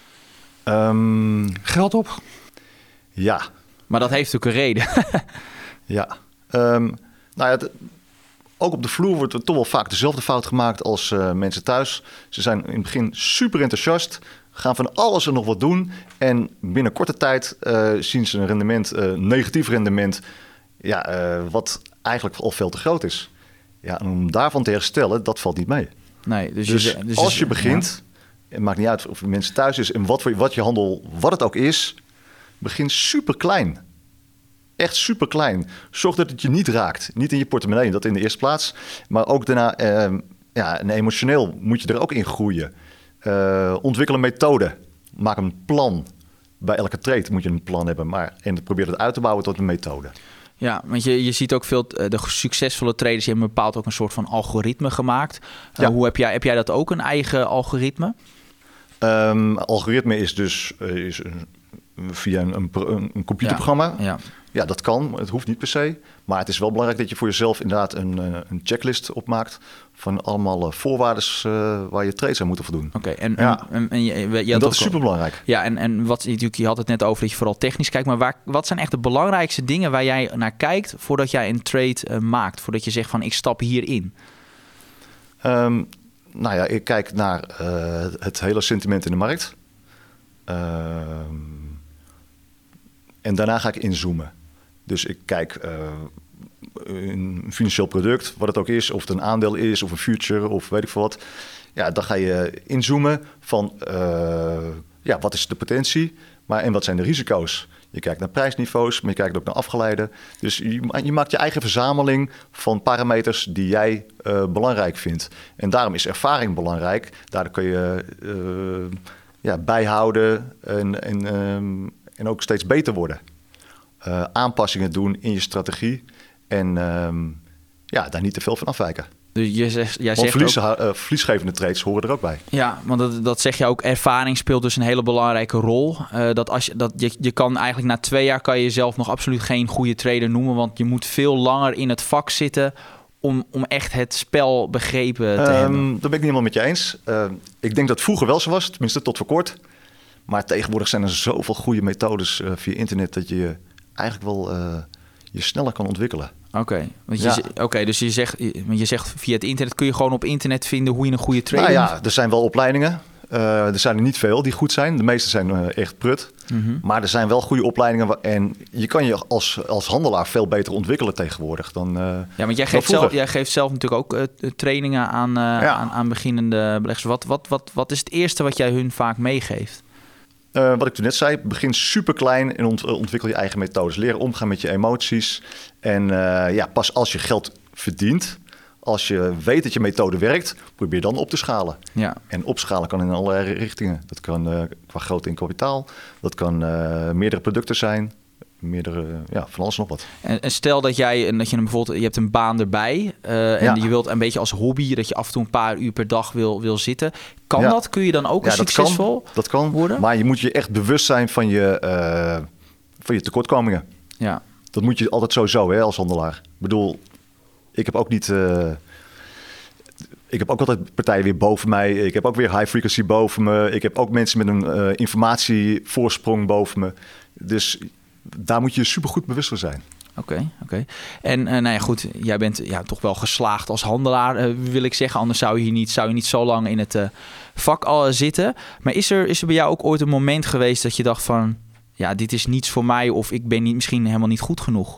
Um, Geld op? Ja. Maar dat heeft natuurlijk een reden. ja. Um, nou ja, het, ook op de vloer wordt er toch wel vaak dezelfde fout gemaakt als uh, mensen thuis. Ze zijn in het begin super enthousiast, gaan van alles en nog wat doen. En binnen korte tijd uh, zien ze een rendement, uh, negatief rendement, ja, uh, wat eigenlijk al veel te groot is. Ja, en om daarvan te herstellen, dat valt niet mee. Nee, dus, dus, je, dus als je begint, ja. Het maakt niet uit of je mensen thuis is en wat, voor, wat je handel, wat het ook is, begin super klein. echt super klein. Zorg dat het je niet raakt. Niet in je portemonnee, dat in de eerste plaats. Maar ook daarna, uh, ja, en emotioneel moet je er ook in groeien. Uh, ontwikkel een methode. Maak een plan. Bij elke trade moet je een plan hebben. Maar, en probeer het uit te bouwen tot een methode. Ja, want je, je ziet ook veel de succesvolle traders die hebben bepaald ook een soort van algoritme gemaakt. Ja. Uh, hoe heb jij, heb jij dat ook, een eigen algoritme? Um, algoritme is dus uh, is een, via een, een, een computerprogramma. Ja, ja. ja, dat kan. Het hoeft niet per se. Maar het is wel belangrijk dat je voor jezelf inderdaad een, een checklist opmaakt van allemaal voorwaarden uh, waar je trades aan moeten voldoen. Oké, okay, en, ja. en, en, je, je en dat is superbelangrijk. Ja, en, en wat natuurlijk, je had het net over dat je vooral technisch kijkt, maar waar, wat zijn echt de belangrijkste dingen waar jij naar kijkt voordat jij een trade uh, maakt? Voordat je zegt van ik stap hierin? Um, nou ja, ik kijk naar uh, het hele sentiment in de markt. Uh, en daarna ga ik inzoomen. Dus ik kijk uh, een financieel product, wat het ook is, of het een aandeel is, of een future, of weet ik veel wat. Ja, dan ga je inzoomen van uh, ja, wat is de potentie, maar en wat zijn de risico's. Je kijkt naar prijsniveaus, maar je kijkt ook naar afgeleiden. Dus je, je maakt je eigen verzameling van parameters die jij uh, belangrijk vindt. En daarom is ervaring belangrijk. Daardoor kun je uh, ja, bijhouden en, en, um, en ook steeds beter worden. Uh, aanpassingen doen in je strategie en um, ja, daar niet te veel van afwijken. Dus je zegt, jij want zegt verlies, ook, uh, verliesgevende trades horen er ook bij. Ja, want dat, dat zeg je ook. Ervaring speelt dus een hele belangrijke rol. Uh, dat als je, dat je, je kan eigenlijk na twee jaar kan je jezelf nog absoluut geen goede trader noemen. Want je moet veel langer in het vak zitten om, om echt het spel begrepen te um, hebben. Dat ben ik niet helemaal met je eens. Uh, ik denk dat het vroeger wel zo was, tenminste tot voor kort. Maar tegenwoordig zijn er zoveel goede methodes uh, via internet dat je eigenlijk wel uh, je sneller kan ontwikkelen. Oké, okay. ja. okay, dus je zegt, je zegt via het internet kun je gewoon op internet vinden hoe je een goede trader... Nou ja, er zijn wel opleidingen. Uh, er zijn er niet veel die goed zijn. De meeste zijn uh, echt prut. Mm-hmm. Maar er zijn wel goede opleidingen. En je kan je als, als handelaar veel beter ontwikkelen tegenwoordig dan uh, Ja, want jij geeft, zelf, jij geeft zelf natuurlijk ook uh, trainingen aan, uh, ja. aan, aan beginnende beleggers. Wat, wat, wat, wat is het eerste wat jij hun vaak meegeeft? Uh, wat ik toen net zei, begin super klein en ont- ontwikkel je eigen methodes. Leren omgaan met je emoties. En uh, ja, pas als je geld verdient, als je weet dat je methode werkt, probeer dan op te schalen. Ja. En opschalen kan in allerlei richtingen. Dat kan uh, qua grootte in kapitaal, dat kan uh, meerdere producten zijn. Meerdere, ja, van alles nog wat. En, en stel dat jij, dat je een, bijvoorbeeld, je hebt een baan erbij uh, en ja. je wilt een beetje als hobby dat je af en toe een paar uur per dag wil, wil zitten. Kan ja. dat? Kun je dan ook ja, een succesvol dat kan, dat kan worden? Maar je moet je echt bewust zijn van je, uh, van je tekortkomingen. Ja. Dat moet je altijd sowieso, hè, als handelaar. Ik bedoel, ik heb ook niet... Uh, ik heb ook altijd partijen weer boven mij. Ik heb ook weer high frequency boven me. Ik heb ook mensen met een uh, informatievoorsprong boven me. Dus daar moet je super goed bewust van zijn. Oké, okay, oké. Okay. En uh, nou ja, goed, jij bent ja, toch wel geslaagd als handelaar, uh, wil ik zeggen. Anders zou je hier niet, zou je niet zo lang in het uh, vak al zitten. Maar is er, is er bij jou ook ooit een moment geweest dat je dacht van... ja, dit is niets voor mij of ik ben niet, misschien helemaal niet goed genoeg?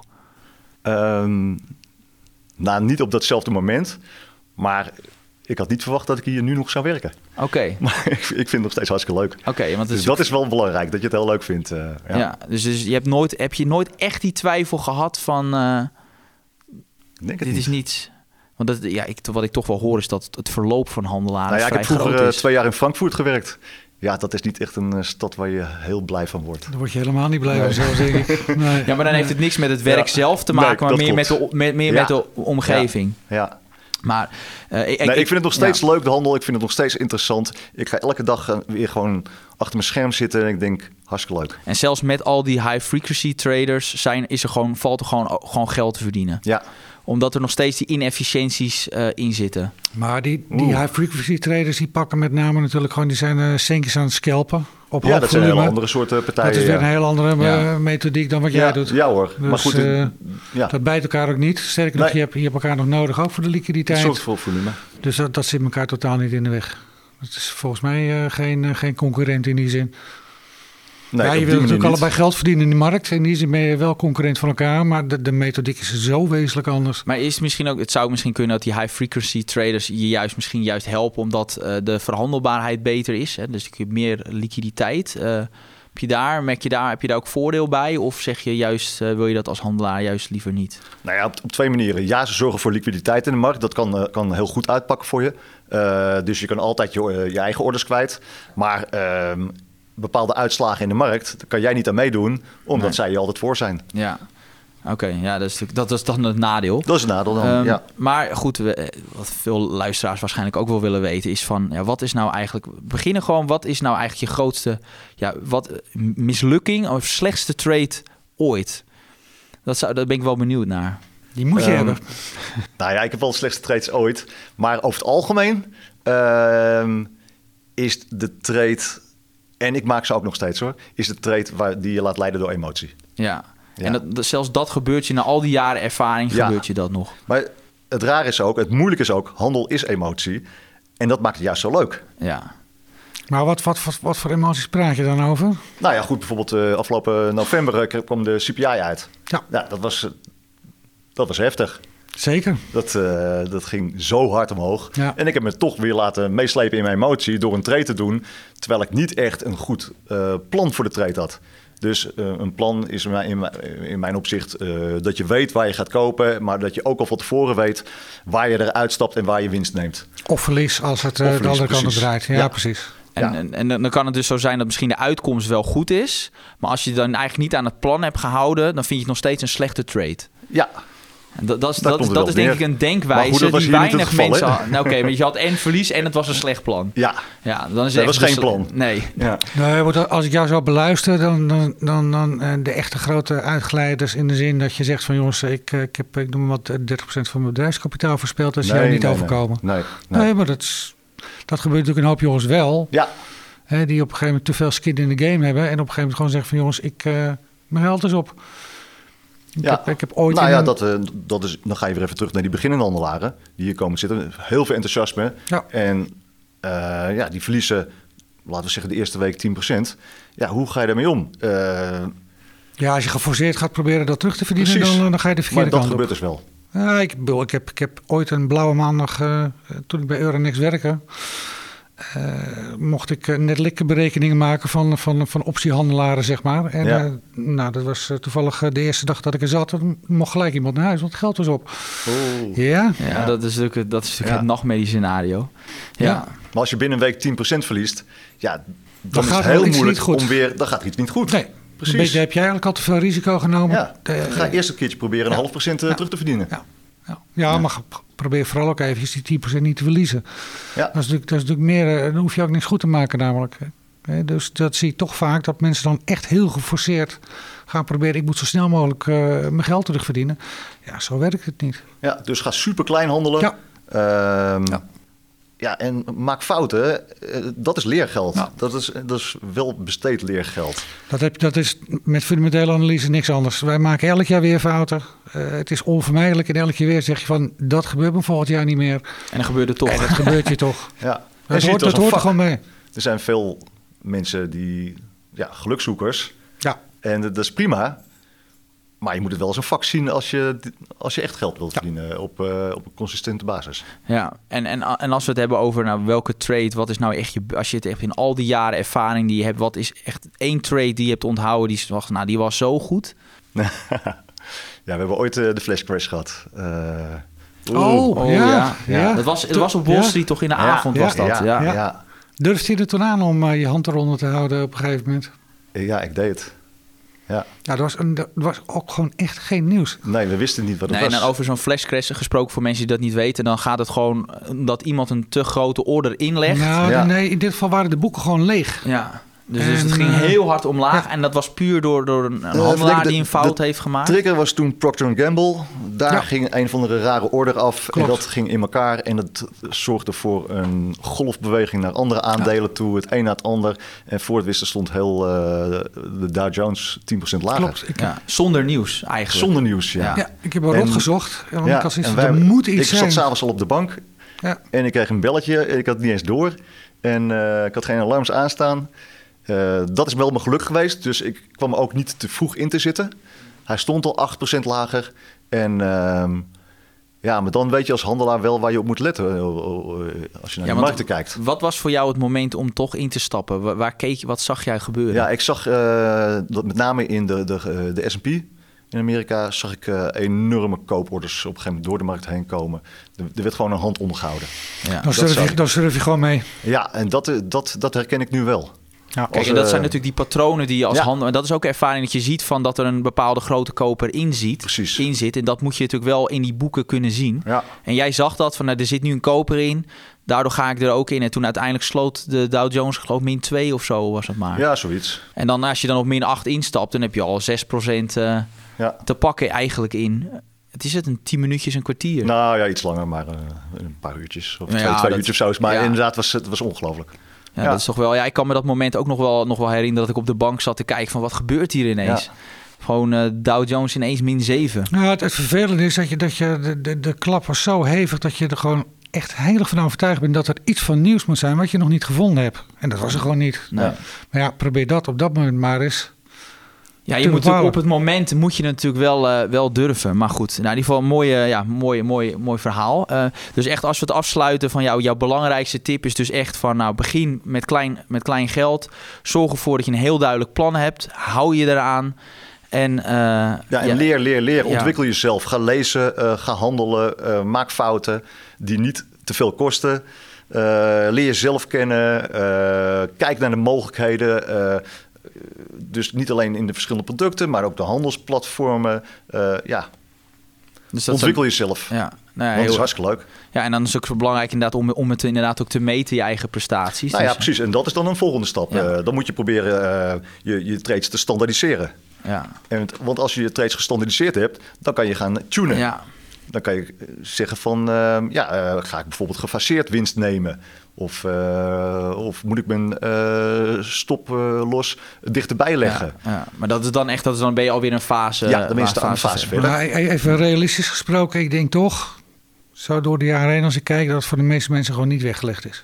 Um, nou, niet op datzelfde moment. Maar ik had niet verwacht dat ik hier nu nog zou werken. Oké. Okay. Maar ik, ik vind het nog steeds hartstikke leuk. Oké, okay, want dus dat is wel belangrijk, dat je het heel leuk vindt. Uh, ja. ja, dus, dus je hebt nooit, heb je nooit echt die twijfel gehad van... Uh, denk het dit niet. is niets... Want dat, ja, ik, wat ik toch wel hoor is dat het verloop van handelaren nou ja, vrij ik heb vroeger uh, twee jaar in Frankfurt gewerkt. Ja, dat is niet echt een uh, stad waar je heel blij van wordt. Daar word je helemaal niet blij van, nee. zo denk ik. Nee. Ja, maar dan heeft het niks met het werk ja. zelf te maken, nee, maar meer, met de, met, meer ja. met de omgeving. Ja. ja. Maar uh, ik, nee, ik, ik vind het nog steeds ja. leuk, de handel. Ik vind het nog steeds interessant. Ik ga elke dag weer gewoon achter mijn scherm zitten en ik denk, hartstikke leuk. En zelfs met al die high-frequency traders zijn, is er gewoon, valt er gewoon, gewoon geld te verdienen. Ja. Omdat er nog steeds die inefficiënties uh, in zitten. Maar die, die high-frequency traders die pakken met name natuurlijk gewoon... die zijn uh, centjes aan het scalpen. Op ja, dat zijn hele andere soorten partijen. Dat is weer ja. een heel andere ja. methodiek dan wat ja, jij doet. Ja hoor, dus, maar goed. Uh, ja. Dat bijt elkaar ook niet. Sterker nog, nee. je, hebt, je hebt elkaar nog nodig, ook voor de liquiditeit. Een soort vol volume. Dus dat, dat zit elkaar totaal niet in de weg. Het is volgens mij uh, geen, uh, geen concurrent in die zin. Nee, ja, je wilt natuurlijk niet. allebei geld verdienen in de markt. In die zin ben je wel concurrent van elkaar. Maar de, de methodiek is zo wezenlijk anders. Maar is het misschien ook, het zou misschien kunnen dat die high frequency traders je juist misschien juist helpen omdat uh, de verhandelbaarheid beter is. Hè? Dus je hebt meer liquiditeit. Uh, Heb je daar, merk je daar, heb je daar ook voordeel bij? Of zeg je juist, uh, wil je dat als handelaar juist liever niet? Nou ja, op, op twee manieren. Ja, ze zorgen voor liquiditeit in de markt. Dat kan, uh, kan heel goed uitpakken voor je. Uh, dus je kan altijd je, uh, je eigen orders kwijt. Maar uh, bepaalde uitslagen in de markt, daar kan jij niet aan meedoen, omdat nee. zij je altijd voor zijn. Ja. Oké, okay, ja, dat is, dat is dan het nadeel. Dat is het nadeel dan, um, ja. Maar goed, we, wat veel luisteraars waarschijnlijk ook wel willen weten is van... Ja, wat is nou eigenlijk... We beginnen gewoon, wat is nou eigenlijk je grootste... Ja, wat mislukking of slechtste trade ooit? Dat, zou, daar ben ik wel benieuwd naar. Die moet je um, hebben. Nou ja, ik heb wel de slechtste trades ooit. Maar over het algemeen uh, is de trade... En ik maak ze ook nog steeds hoor. Is de trade waar, die je laat leiden door emotie. Ja. Ja. En dat, dat, zelfs dat gebeurt je na al die jaren ervaring, ja. gebeurt je dat nog. Maar het raar is ook, het moeilijk is ook, handel is emotie. En dat maakt het juist zo leuk. Ja. Maar wat, wat, wat, wat voor emoties praat je dan over? Nou ja, goed, bijvoorbeeld uh, afgelopen november uh, kwam de C P I uit. Ja. Ja, dat was, uh, dat was heftig. Zeker. Dat, uh, dat ging zo hard omhoog. Ja. En ik heb me toch weer laten meeslepen in mijn emotie door een trade te doen, terwijl ik niet echt een goed uh, plan voor de trade had. Dus uh, een plan is in mijn, in mijn opzicht uh, dat je weet waar je gaat kopen, maar dat je ook al van tevoren weet waar je eruit stapt en waar je winst neemt. Of verlies als het uh, de andere kant op draait. Ja, ja. precies. En, ja. en, en dan kan het dus zo zijn dat misschien de uitkomst wel goed is, maar als je dan eigenlijk niet aan het plan hebt gehouden, dan vind je het nog steeds een slechte trade. Ja. Dat, dat is, dat is, dat is denk ik een denkwijze goed, die weinig mensen... Nou, Oké, okay, je had en verlies en het was een slecht plan. Ja, ja dan is dat was dus, geen plan. Nee. Ja. nee. Als ik jou zou beluisteren, dan, dan, dan, dan de echte grote uitglijders in de zin dat je zegt van jongens, ik, ik heb ik noem wat dertig procent van mijn bedrijfskapitaal verspeeld, dat is nee, jou niet nee, overkomen. Nee, nee, nee. nee maar dat, is, dat gebeurt natuurlijk een hoop jongens wel. Ja. Hè, die op een gegeven moment te veel skin in de game hebben en op een gegeven moment gewoon zeggen van jongens, ik uh, mijn geld is op. Ik, ja. heb, ik heb ooit nou ja, een... dat, uh, dat is, dan ga je weer even terug naar die beginnende handelaren die hier komen zitten. Heel veel enthousiasme. Ja. En uh, ja, die verliezen, laten we zeggen, de eerste week tien procent. Ja, hoe ga je daarmee om? Uh, ja, als je geforceerd gaat proberen dat terug te verdienen, dan, dan ga je de verkeerde kant op. Maar dat gebeurt dus wel. Ja, ik, ik, heb, ik heb ooit een blauwe maandag, uh, toen ik bij Euronext werkte... Uh, mocht ik uh, net lekker berekeningen maken van, van, van optiehandelaren, zeg maar. En ja. uh, nou, dat was uh, toevallig uh, de eerste dag dat ik er zat. Dan mocht gelijk iemand naar huis, want het geld was op. Oh. Ja? Ja, ja, dat is natuurlijk, dat is natuurlijk ja. het nachtmerriescenario. Ja. Ja. Maar als je binnen een week tien procent verliest, ja, dan, dan is het heel moeilijk om weer... Dan gaat iets niet goed. Nee. Precies. Een beetje heb je eigenlijk al te veel risico genomen. Ja. De, ga eerst een keertje proberen een ja. half procent uh, ja. terug te verdienen. Ja, ja. ja, ja. maar probeer vooral ook eventjes die tien procent niet te verliezen. Ja. Dat, is natuurlijk, dat is natuurlijk meer, dan hoef je ook niks goed te maken namelijk. Dus dat zie je toch vaak, dat mensen dan echt heel geforceerd gaan proberen. Ik moet zo snel mogelijk uh, mijn geld terugverdienen. Ja, zo werkt het niet. Ja, dus ga super klein handelen. Ja. Um, ja. Ja, en maak fouten. Dat is leergeld. Ja. Dat is, dat is wel besteed leergeld. Dat, heb, dat is met fundamentele analyse niks anders. Wij maken elk jaar weer fouten. Uh, het is onvermijdelijk. En elk jaar weer zeg je van, dat gebeurt me volgend jaar niet meer. En dan gebeurt het toch. En dat gebeurt je toch. Ja. Dat hoort, dat hoort er gewoon mee. Er zijn veel mensen die, ja, gelukzoekers. Ja. En dat is prima. Maar je moet het wel als een vak zien als je, als je echt geld wilt verdienen ja. op, uh, op een consistente basis. Ja, en, en, en als we het hebben over nou, welke trade, wat is nou echt je, als je het echt in al die jaren ervaring die je hebt, wat is echt één trade die je hebt onthouden, die, wacht, nou, die was zo goed? Ja, we hebben ooit uh, de flash crash gehad. Uh, oh, oh, ja. ja. ja. ja. Dat was, het was op Wall Street ja. toch in de ja. avond ja. was dat. Ja. Ja. Ja. Ja. Durfde je er toen aan om uh, je hand eronder te houden op een gegeven moment? Ja, ik deed het. Ja, ja er, was een, er was ook gewoon echt geen nieuws. Nee, we wisten niet wat het nee, was. En over zo'n flashcrash gesproken, voor mensen die dat niet weten, dan gaat het gewoon dat iemand een te grote order inlegt. Nou, ja. nee, in dit geval waren de boeken gewoon leeg. Ja. Dus, en, dus het ging heel hard omlaag. Ja. En dat was puur door, door een, een handelaar uh, die een fout de, heeft gemaakt. De trigger was toen Procter en Gamble. Daar ja. ging een van de rare order af. Klopt. En dat ging in elkaar. En dat zorgde voor een golfbeweging naar andere aandelen ja. toe. Het een na het ander. En voor het wisten stond heel uh, de Dow Jones tien procent lager. Klopt. Ik, ja. Zonder nieuws eigenlijk. Zonder nieuws, ja. ja. ja ik heb er rondgezocht. Want ja, ik had en wij, er moet iets ik zijn. zat s'avonds al op de bank. Ja. En ik kreeg een belletje. Ik had het niet eens door. En uh, ik had geen alarms aanstaan. Uh, dat is wel mijn geluk geweest, dus ik kwam ook niet te vroeg in te zitten. Hij stond al acht procent lager. En uh, Ja, maar dan weet je als handelaar wel waar je op moet letten uh, als je naar Ja, de want markten kijkt. Wat was voor jou het moment om toch in te stappen? Waar, waar keek je, wat zag jij gebeuren? Ja, ik zag uh, dat met name in de, de, de S en P in Amerika zag ik uh, enorme kooporders op een gegeven moment door de markt heen komen. Er, er werd gewoon een hand ondergehouden. Ja. Dan, surf zou... je, dan surf je gewoon mee. Ja, en dat, dat, dat herken ik nu wel. Ja. Kijk, Als, en dat uh, zijn natuurlijk die patronen die je als ja. handel... En dat is ook ervaring dat je ziet van dat er een bepaalde grote koper in, ziet, Precies. in zit. En dat moet je natuurlijk wel in die boeken kunnen zien. Ja. En jij zag dat, van nou, er zit nu een koper in. Daardoor ga ik er ook in. En toen uiteindelijk sloot de Dow Jones, geloof min twee of zo was het maar. Ja, zoiets. En dan als je dan op min acht instapt, dan heb je al zes procent uh, Ja. te pakken eigenlijk in. Het is het, een tien minuutjes, een kwartier. Nou ja, iets langer, maar uh, een paar uurtjes. Of Ja, twee, twee dat- uurtjes of zo. Maar ja. inderdaad, was, het was ongelooflijk. Ja, Ja. dat is toch wel. Ja, ik kan me dat moment ook nog wel, nog wel herinneren dat ik op de bank zat te kijken van wat gebeurt hier ineens. Ja. Gewoon uh, Dow Jones ineens min zeven. Nou, het, het vervelende is dat je, dat je de, de, de klap was zo hevig dat je er gewoon echt heel erg van overtuigd bent dat er iets van nieuws moet zijn wat je nog niet gevonden hebt. En dat was er gewoon niet. Nee. Ja. Maar ja, probeer dat op dat moment maar eens. Ja, je te moet bepalen. op het moment moet je natuurlijk wel, uh, wel durven. Maar goed, nou, in ieder geval een mooie, ja, mooi, mooi, mooi verhaal. Uh, dus echt als we het afsluiten van jou, jouw belangrijkste tip is dus echt van nou begin met klein, met klein geld. Zorg ervoor dat je een heel duidelijk plan hebt. Hou je eraan. En, uh, Ja, en ja, leer, leer, leer. Ja. Ontwikkel jezelf. Ga lezen, uh, ga handelen. Uh, maak fouten die niet te veel kosten. Uh, leer jezelf kennen. Uh, kijk naar de mogelijkheden. Uh, dus niet alleen in de verschillende producten, maar ook de handelsplatformen. Uh, ja, dus dat ontwikkel jezelf. Ja, nou ja, Want het is heel, hartstikke leuk. ja, en dan is het ook belangrijk inderdaad om, om het inderdaad ook te meten, je eigen prestaties. Nou ja, Dus, precies. En dat is dan een volgende stap. Ja. Uh, dan moet je proberen uh, je, je trades te standaardiseren. Ja, En, het- want als je je trades gestandaardiseerd hebt, dan kan je gaan tunen. ja. Dan kan je zeggen van, uh, ja, uh, ga ik bijvoorbeeld gefaseerd winst nemen? Of, uh, of moet ik mijn uh, stop uh, los dichterbij leggen? Ja, ja. Maar dat is dan echt, dat is dan ben je alweer een fase. Ja, dan ben je waar- aan de fase verder. Maar even realistisch gesproken, ik denk toch, zo door de jaren heen als ik kijk, dat het voor de meeste mensen gewoon niet weggelegd is.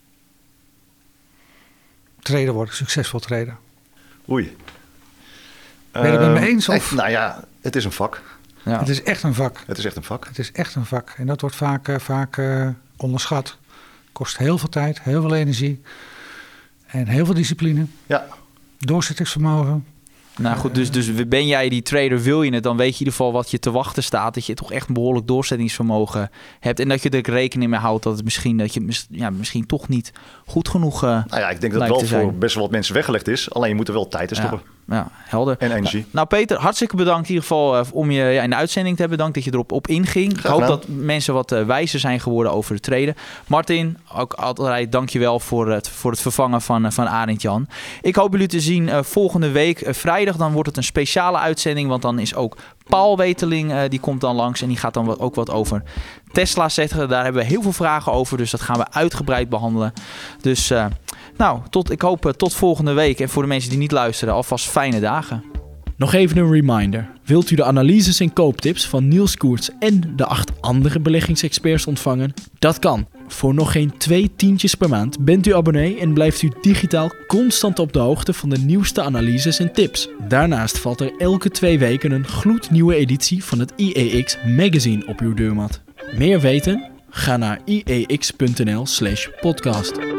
Trader worden, succesvol trader. Oei. Ben je het met me Uh, eens, of? eh, nou ja, het is een vak. Ja. Het is echt een vak. Het is echt een vak. Het is echt een vak. En dat wordt vaak, uh, vaak uh, onderschat. Kost heel veel tijd, heel veel energie en heel veel discipline. Ja, Doorzettingsvermogen. Nou goed, dus, dus ben jij die trader, wil je het, dan weet je in ieder geval wat je te wachten staat. Dat je toch echt een behoorlijk doorzettingsvermogen hebt. En dat je er rekening mee houdt dat het misschien, dat je mis- ja, misschien toch niet goed genoeg uh, nou ja, ik denk dat het lijkt wel te voor zijn. best wel wat mensen weggelegd is. Alleen je moet er wel tijd in stoppen. Ja, ja, helder. En energie. Nou, nou Peter, hartstikke bedankt in ieder geval uh, om je ja, in de uitzending te hebben. Dank dat je erop op inging. Ik Graag hoop gedaan. dat mensen wat uh, wijzer zijn geworden over het traden. Martin, ook altijd dank je wel voor het, voor het vervangen van, uh, van Arend Jan. Ik hoop jullie te zien uh, volgende week uh, vrijdag. Dan wordt het een speciale uitzending, want dan is ook Paul Weteling, uh, die komt dan langs en die gaat dan wat, ook wat over Tesla zeggen. Daar hebben we heel veel vragen over, dus dat gaan we uitgebreid behandelen. Dus uh, nou, tot, ik hoop uh, tot volgende week. En voor de mensen die niet luisteren, alvast fijne dagen. Nog even een reminder. Wilt u de analyses en kooptips van Niels Koerts en de acht andere beleggingsexperts ontvangen? Dat kan. Voor nog geen twee tientjes per maand bent u abonnee en blijft u digitaal constant op de hoogte van de nieuwste analyses en tips. Daarnaast valt er elke twee weken een gloednieuwe editie van het I E X magazine op uw deurmat. Meer weten? Ga naar i e x punt n l slash podcast.